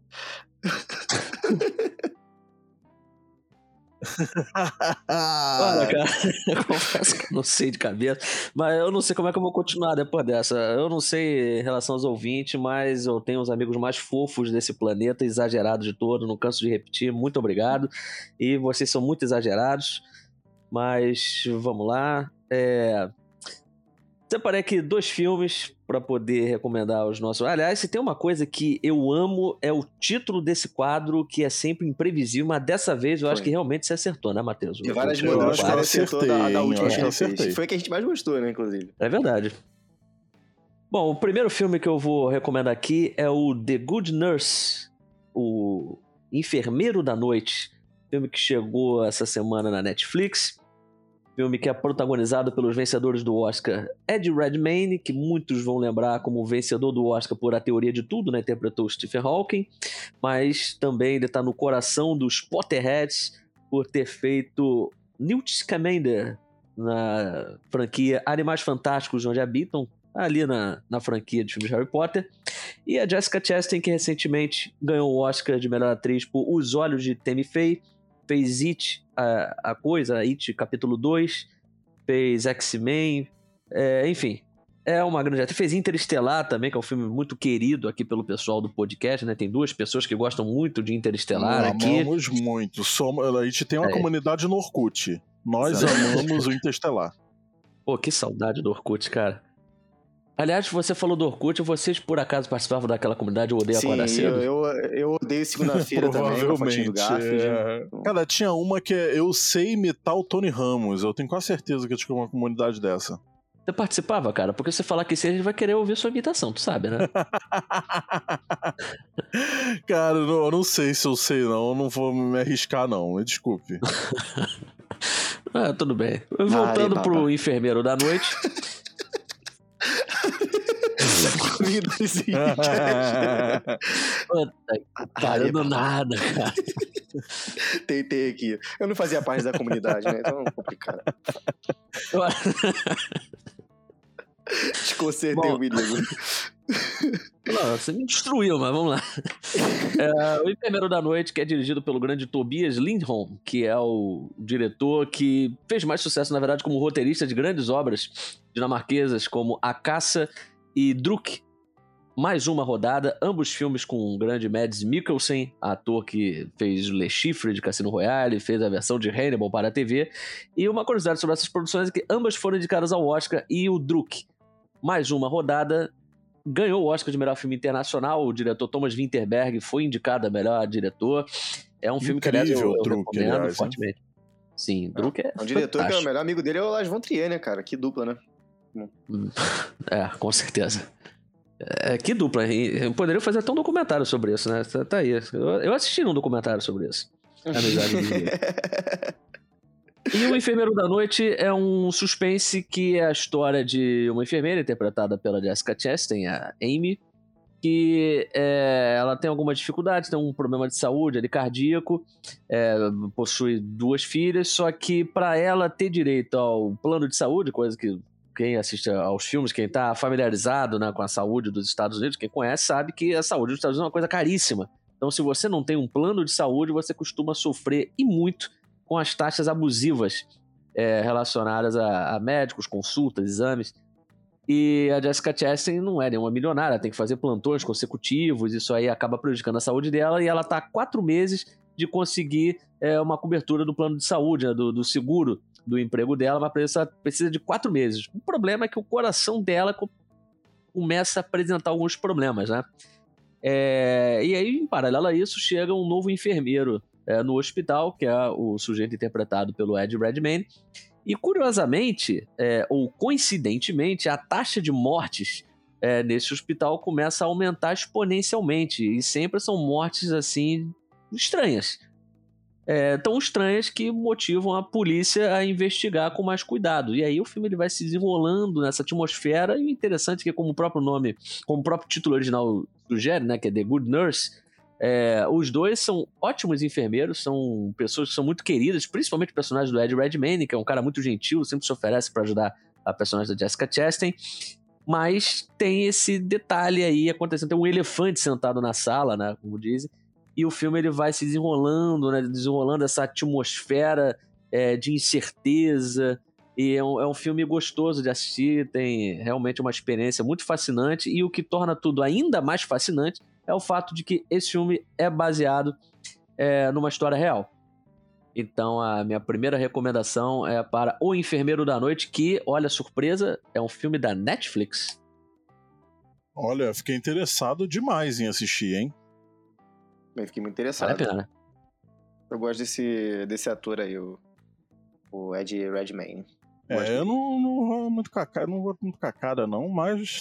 Olha, cara, eu confesso que eu não sei de cabeça, mas eu não sei como é que eu vou continuar depois dessa. Eu não sei em relação aos ouvintes, mas eu tenho os amigos mais fofos desse planeta, exagerados de todo, não canso de repetir, muito obrigado. E vocês são muito exagerados, mas vamos lá. Separei aqui 2 filmes para poder recomendar aos nossos... Aliás, se tem uma coisa que eu amo, é o título desse quadro, que é sempre imprevisível, mas dessa vez eu acho que realmente você acertou, né, Matheus? Tem várias mudanças que eu acertei da última que a gente fez. Foi a que a gente mais gostou, né, inclusive. É verdade. Bom, o primeiro filme que eu vou recomendar aqui é o The Good Nurse, o Enfermeiro da Noite, filme que chegou essa semana na Netflix. Filme que é protagonizado pelos vencedores do Oscar Eddie Redmayne, que muitos vão lembrar como vencedor do Oscar por A Teoria de Tudo, né? Interpretou Stephen Hawking, mas também ele está no coração dos Potterheads por ter feito Newt Scamander na franquia Animais Fantásticos Onde Habitam, ali na franquia de filmes de Harry Potter. E a Jessica Chastain, que recentemente ganhou o Oscar de melhor atriz por Os Olhos de Tammy Faye, fez It, It capítulo 2, fez X-Men, enfim, é uma grande atriz. Fez Interestelar também, que é um filme muito querido aqui pelo pessoal do podcast, né? Tem 2 pessoas que gostam muito de Interestelar aqui. Amamos muito. A gente tem uma comunidade no Orkut. Nós amamos o Interestelar. Pô, que saudade do Orkut, cara. Aliás, você falou do Orkut, vocês por acaso participavam daquela comunidade Eu Odeio Acordar Cedo? Eu odeio segunda-feira também, com a fotinha do Garfield. Cara, tinha uma que é Eu Sei Imitar o Tony Ramos. Eu tenho quase certeza que eu tinha uma comunidade dessa. Você participava, cara? Porque você falar que sim, a gente vai querer ouvir sua imitação, tu sabe, né? Cara, eu não sei se eu sei, não. Eu não vou me arriscar, não. Me desculpe. Tudo bem. Voltando pro Enfermeiro da Noite... Parando nada, cara. Tentei aqui. Eu não fazia parte da comunidade, né? Então é complicado. Desconcertei o menino. Não, você me destruiu, mas vamos lá. O Enfermeiro da Noite, que é dirigido pelo grande Tobias Lindholm, que é o diretor que fez mais sucesso, na verdade, como roteirista de grandes obras dinamarquesas, como A Caça e Druk. Mais Uma Rodada, ambos filmes com o grande Mads Mikkelsen, ator que fez Le Chiffre de Cassino Royale, fez a versão de Hannibal para a TV. E uma curiosidade sobre essas produções é que ambas foram indicadas ao Oscar e o Druk. Mais Uma Rodada ganhou o Oscar de melhor filme internacional, o diretor Thomas Vinterberg foi indicado a melhor diretor. É um filme que, aliás, eu recomendo aliás, fortemente. Sim, Druk é um diretor fantástico. Que é o melhor amigo dele é o Lars von Trier, né, cara? Que dupla, né? Com certeza. Que dupla. Eu poderia fazer até um documentário sobre isso, né? Tá aí. Eu assisti um documentário sobre isso. Amizade E O Enfermeiro da Noite é um suspense que é a história de uma enfermeira interpretada pela Jessica Chastain, a Amy, que ela tem alguma dificuldade, tem um problema de saúde ali, cardíaco, possui 2 filhas, só que para ela ter direito ao plano de saúde, coisa que quem assiste aos filmes, quem está familiarizado, né, com a saúde dos Estados Unidos, quem conhece, sabe que a saúde dos Estados Unidos é uma coisa caríssima. Então, se você não tem um plano de saúde, você costuma sofrer e muito com as taxas abusivas relacionadas a médicos, consultas, exames. E a Jessica Chastain não é nenhuma milionária, tem que fazer plantões consecutivos, isso aí acaba prejudicando a saúde dela, e ela está há 4 meses de conseguir uma cobertura do plano de saúde, né, do seguro do emprego dela, mas precisa de 4 meses. O problema é que o coração dela começa a apresentar alguns problemas, né? E aí, em paralelo a isso, chega um novo enfermeiro no hospital, que é o sujeito interpretado pelo Ed Redmayne. E, curiosamente, ou coincidentemente, a taxa de mortes nesse hospital começa a aumentar exponencialmente. E sempre são mortes, assim, estranhas. Tão estranhas que motivam a polícia a investigar com mais cuidado. E aí o filme ele vai se desenrolando nessa atmosfera, e o interessante é que, como o próprio nome, como o próprio título original sugere, né, que é The Good Nurse, os dois são ótimos enfermeiros, são pessoas que são muito queridas, principalmente o personagem do Ed Redmayne, que é um cara muito gentil, sempre se oferece para ajudar a personagem da Jessica Chastain, mas tem esse detalhe aí acontecendo, tem um elefante sentado na sala, né, como dizem. E o filme ele vai se desenrolando, né, desenrolando essa atmosfera de incerteza. E é um filme gostoso de assistir, tem realmente uma experiência muito fascinante. E o que torna tudo ainda mais fascinante é o fato de que esse filme é baseado numa história real. Então a minha primeira recomendação é para O Enfermeiro da Noite, que, olha, surpresa, é um filme da Netflix. Olha, fiquei interessado demais em assistir, hein? Eu fiquei muito interessado. Vale a pena, né? Eu gosto desse ator aí, o Ed Redmayne. Eu não vou muito com a cara, não, mas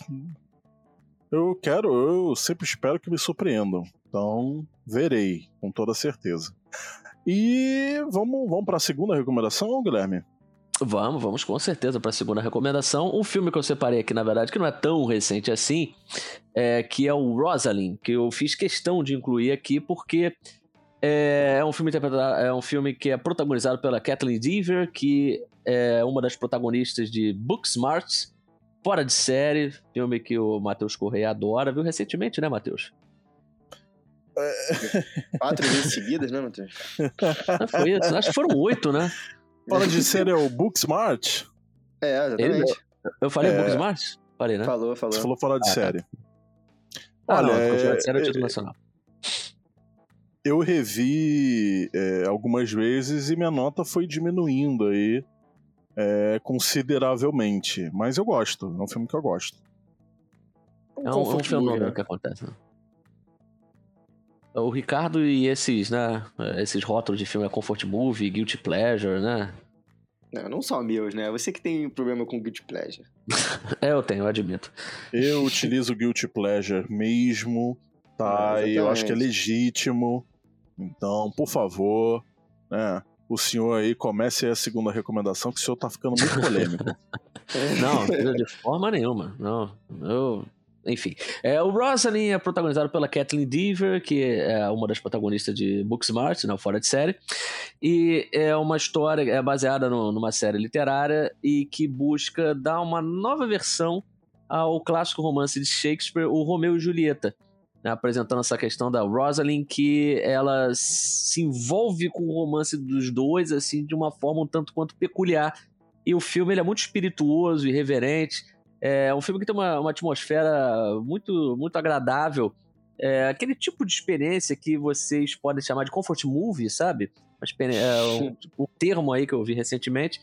eu sempre espero que me surpreendam. Então, verei, com toda certeza. E vamos para a segunda recomendação, Guilherme? Vamos com certeza para a segunda recomendação. Um filme que eu separei aqui, na verdade, que não é tão recente assim, que é o Rosalind, que eu fiz questão de incluir aqui porque é um filme que é protagonizado pela Kathleen Dever, que é uma das protagonistas de Booksmart, fora de série, filme que o Matheus Correia adora, viu recentemente, né, Matheus? 4 vezes seguidas, né, Matheus? Foi isso, acho que foram 8, né? Fora de série é o Booksmart? Exatamente. Eu falei Booksmart? Falei, né? Falou. Você falou fora de série. Olha, não, fora de série é o título nacional. Eu revi algumas vezes e minha nota foi diminuindo aí consideravelmente. Mas eu gosto, é um filme que eu gosto. É um fenômeno que acontece, né? O Ricardo e esses rótulos de filme, Comfort Movie, Guilty Pleasure, né? Não só meus, né? Você que tem problema com Guilty Pleasure. Eu tenho, eu admito. Eu utilizo o Guilty Pleasure mesmo, tá? E eu acho que é legítimo. Então, por favor, né? O senhor aí comece a segunda recomendação, que o senhor tá ficando muito polêmico. Não, de forma nenhuma. Não, enfim, o Rosalind é protagonizado pela Kathleen Dever, que é uma das protagonistas de Booksmart, não, fora de série, e é uma história baseada numa série literária e que busca dar uma nova versão ao clássico romance de Shakespeare, o Romeu e Julieta, né, apresentando essa questão da Rosalind, que ela se envolve com o romance dos dois assim, de uma forma um tanto quanto peculiar, e o filme ele é muito espirituoso e reverente. É um filme que tem uma atmosfera muito, muito agradável. É aquele tipo de experiência que vocês podem chamar de comfort movie, sabe? O termo aí que eu vi recentemente.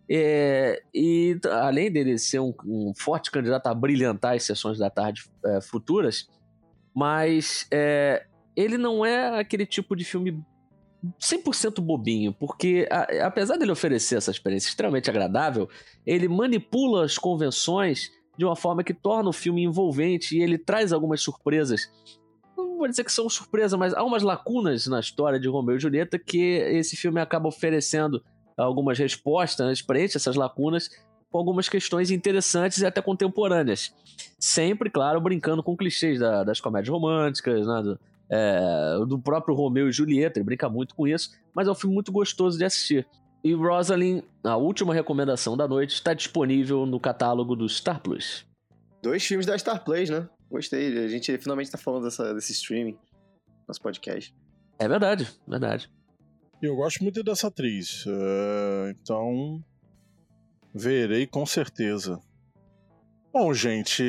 E além dele ser um forte candidato a brilhantar as sessões da tarde futuras, mas ele não é aquele tipo de filme 100% bobinho, porque apesar dele oferecer essa experiência extremamente agradável, ele manipula as convenções de uma forma que torna o filme envolvente e ele traz algumas surpresas. Não vou dizer que são surpresas, mas há umas lacunas na história de Romeu e Julieta que esse filme acaba oferecendo algumas respostas, né, preenche essas lacunas com algumas questões interessantes e até contemporâneas. Sempre, claro, brincando com clichês das comédias românticas, né, do próprio Romeu e Julieta, ele brinca muito com isso, mas é um filme muito gostoso de assistir. E Rosalind, a última recomendação da noite, está disponível no catálogo do Star Plus. 2 filmes da Star Plus, né? Gostei, a gente finalmente tá falando desse streaming, nosso podcast. É verdade, verdade. Eu gosto muito dessa atriz, então verei com certeza. Bom, gente,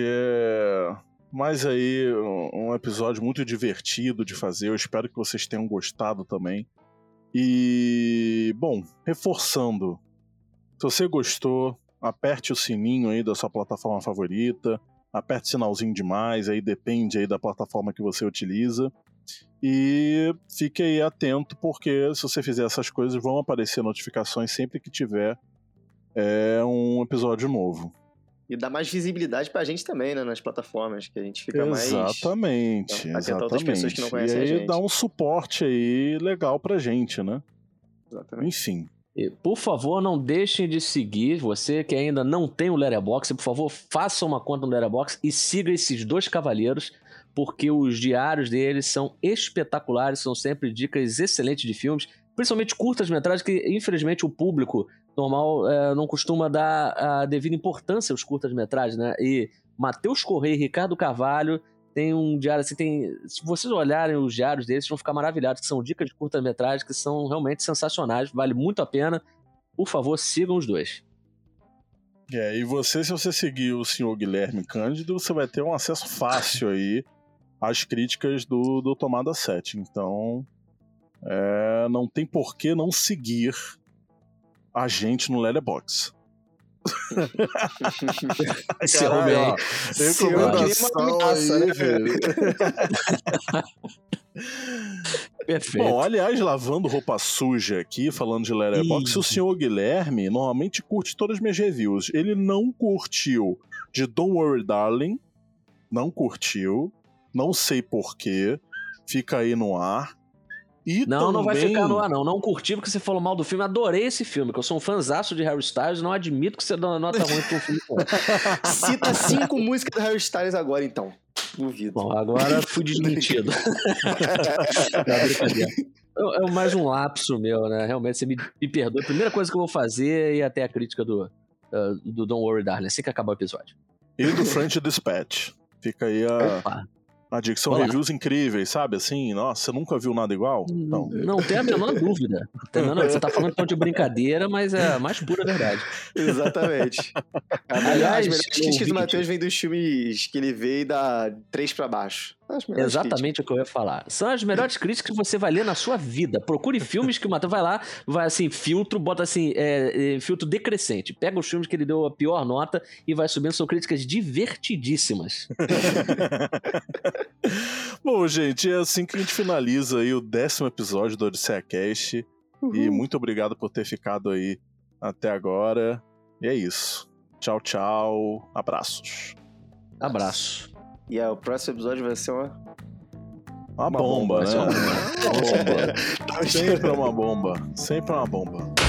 mais aí um episódio muito divertido de fazer, eu espero que vocês tenham gostado também. E, bom, reforçando, se você gostou, aperte o sininho aí da sua plataforma favorita, aperte o sinalzinho de mais, aí depende aí da plataforma que você utiliza. E fique aí atento, porque se você fizer essas coisas, vão aparecer notificações sempre que tiver um episódio novo. E dá mais visibilidade pra gente também, né, nas plataformas, que a gente fica exatamente, mais atento a outras pessoas que não conhecem a gente. E aí dá um suporte aí legal pra gente, né? Exatamente. Enfim. E, por favor, não deixem de seguir, você que ainda não tem o Letterboxd, por favor, faça uma conta no Letterboxd e siga esses 2 cavalheiros, porque os diários deles são espetaculares, são sempre dicas excelentes de filmes, principalmente curtas-metragens, que infelizmente o público normal não costuma dar a devida importância aos curtas-metragens, né? E Matheus Correia e Ricardo Carvalho tem um diário assim, se vocês olharem os diários deles, vocês vão ficar maravilhados, que são dicas de curta-metragem que são realmente sensacionais, vale muito a pena. Por favor, sigam os 2. E se você seguir o senhor Guilherme Cândido, você vai ter um acesso fácil aí às críticas do Tomada 7. Então, não tem por que não seguir a gente no Letterboxd. Esse homem aí. Recomendação aí, velho. Perfeito. Bom, aliás, lavando roupa suja aqui, falando de Letterboxd, o senhor Guilherme normalmente curte todas as minhas reviews. Ele não curtiu de Don't Worry Darling, não curtiu, não sei porquê, fica aí no ar. E não, também... não vai ficar no ar, não. Não curti porque você falou mal do filme. Adorei esse filme, que eu sou um fãzaço de Harry Styles. Não admito que você dá uma nota ruim pro filme. Cita 5 músicas do Harry Styles agora, então. Duvido. Bom, agora fui desmentido. É mais um lapso meu, né? Realmente, você me perdoa. A primeira coisa que eu vou fazer é ir até a crítica do Don't Worry Darling, assim que acabar o episódio. E do French Dispatch. Fica aí a dica. São reviews incríveis, sabe? Assim, nossa, você nunca viu nada igual? Não tem a menor dúvida. Você tá falando de brincadeira, mas é a mais pura verdade. Exatamente. Aliás, as melhores críticas do Matheus vêm dos filmes que ele vê e dá 3 pra baixo. Exatamente o que eu ia falar. São as melhores críticas que você vai ler na sua vida. Procure filmes que o Matheus vai lá, vai assim, filtro, bota assim, filtro decrescente. Pega os filmes que ele deu a pior nota e vai subindo. São críticas divertidíssimas. Bom, gente, é assim que a gente finaliza aí o 10º episódio do Odisseia Cast. E muito obrigado por ter ficado aí até agora. E é isso. Tchau, tchau. Abraços. Abraço. E o próximo episódio vai ser uma bomba, né? Uma bomba. Sempre uma bomba. Sempre uma bomba.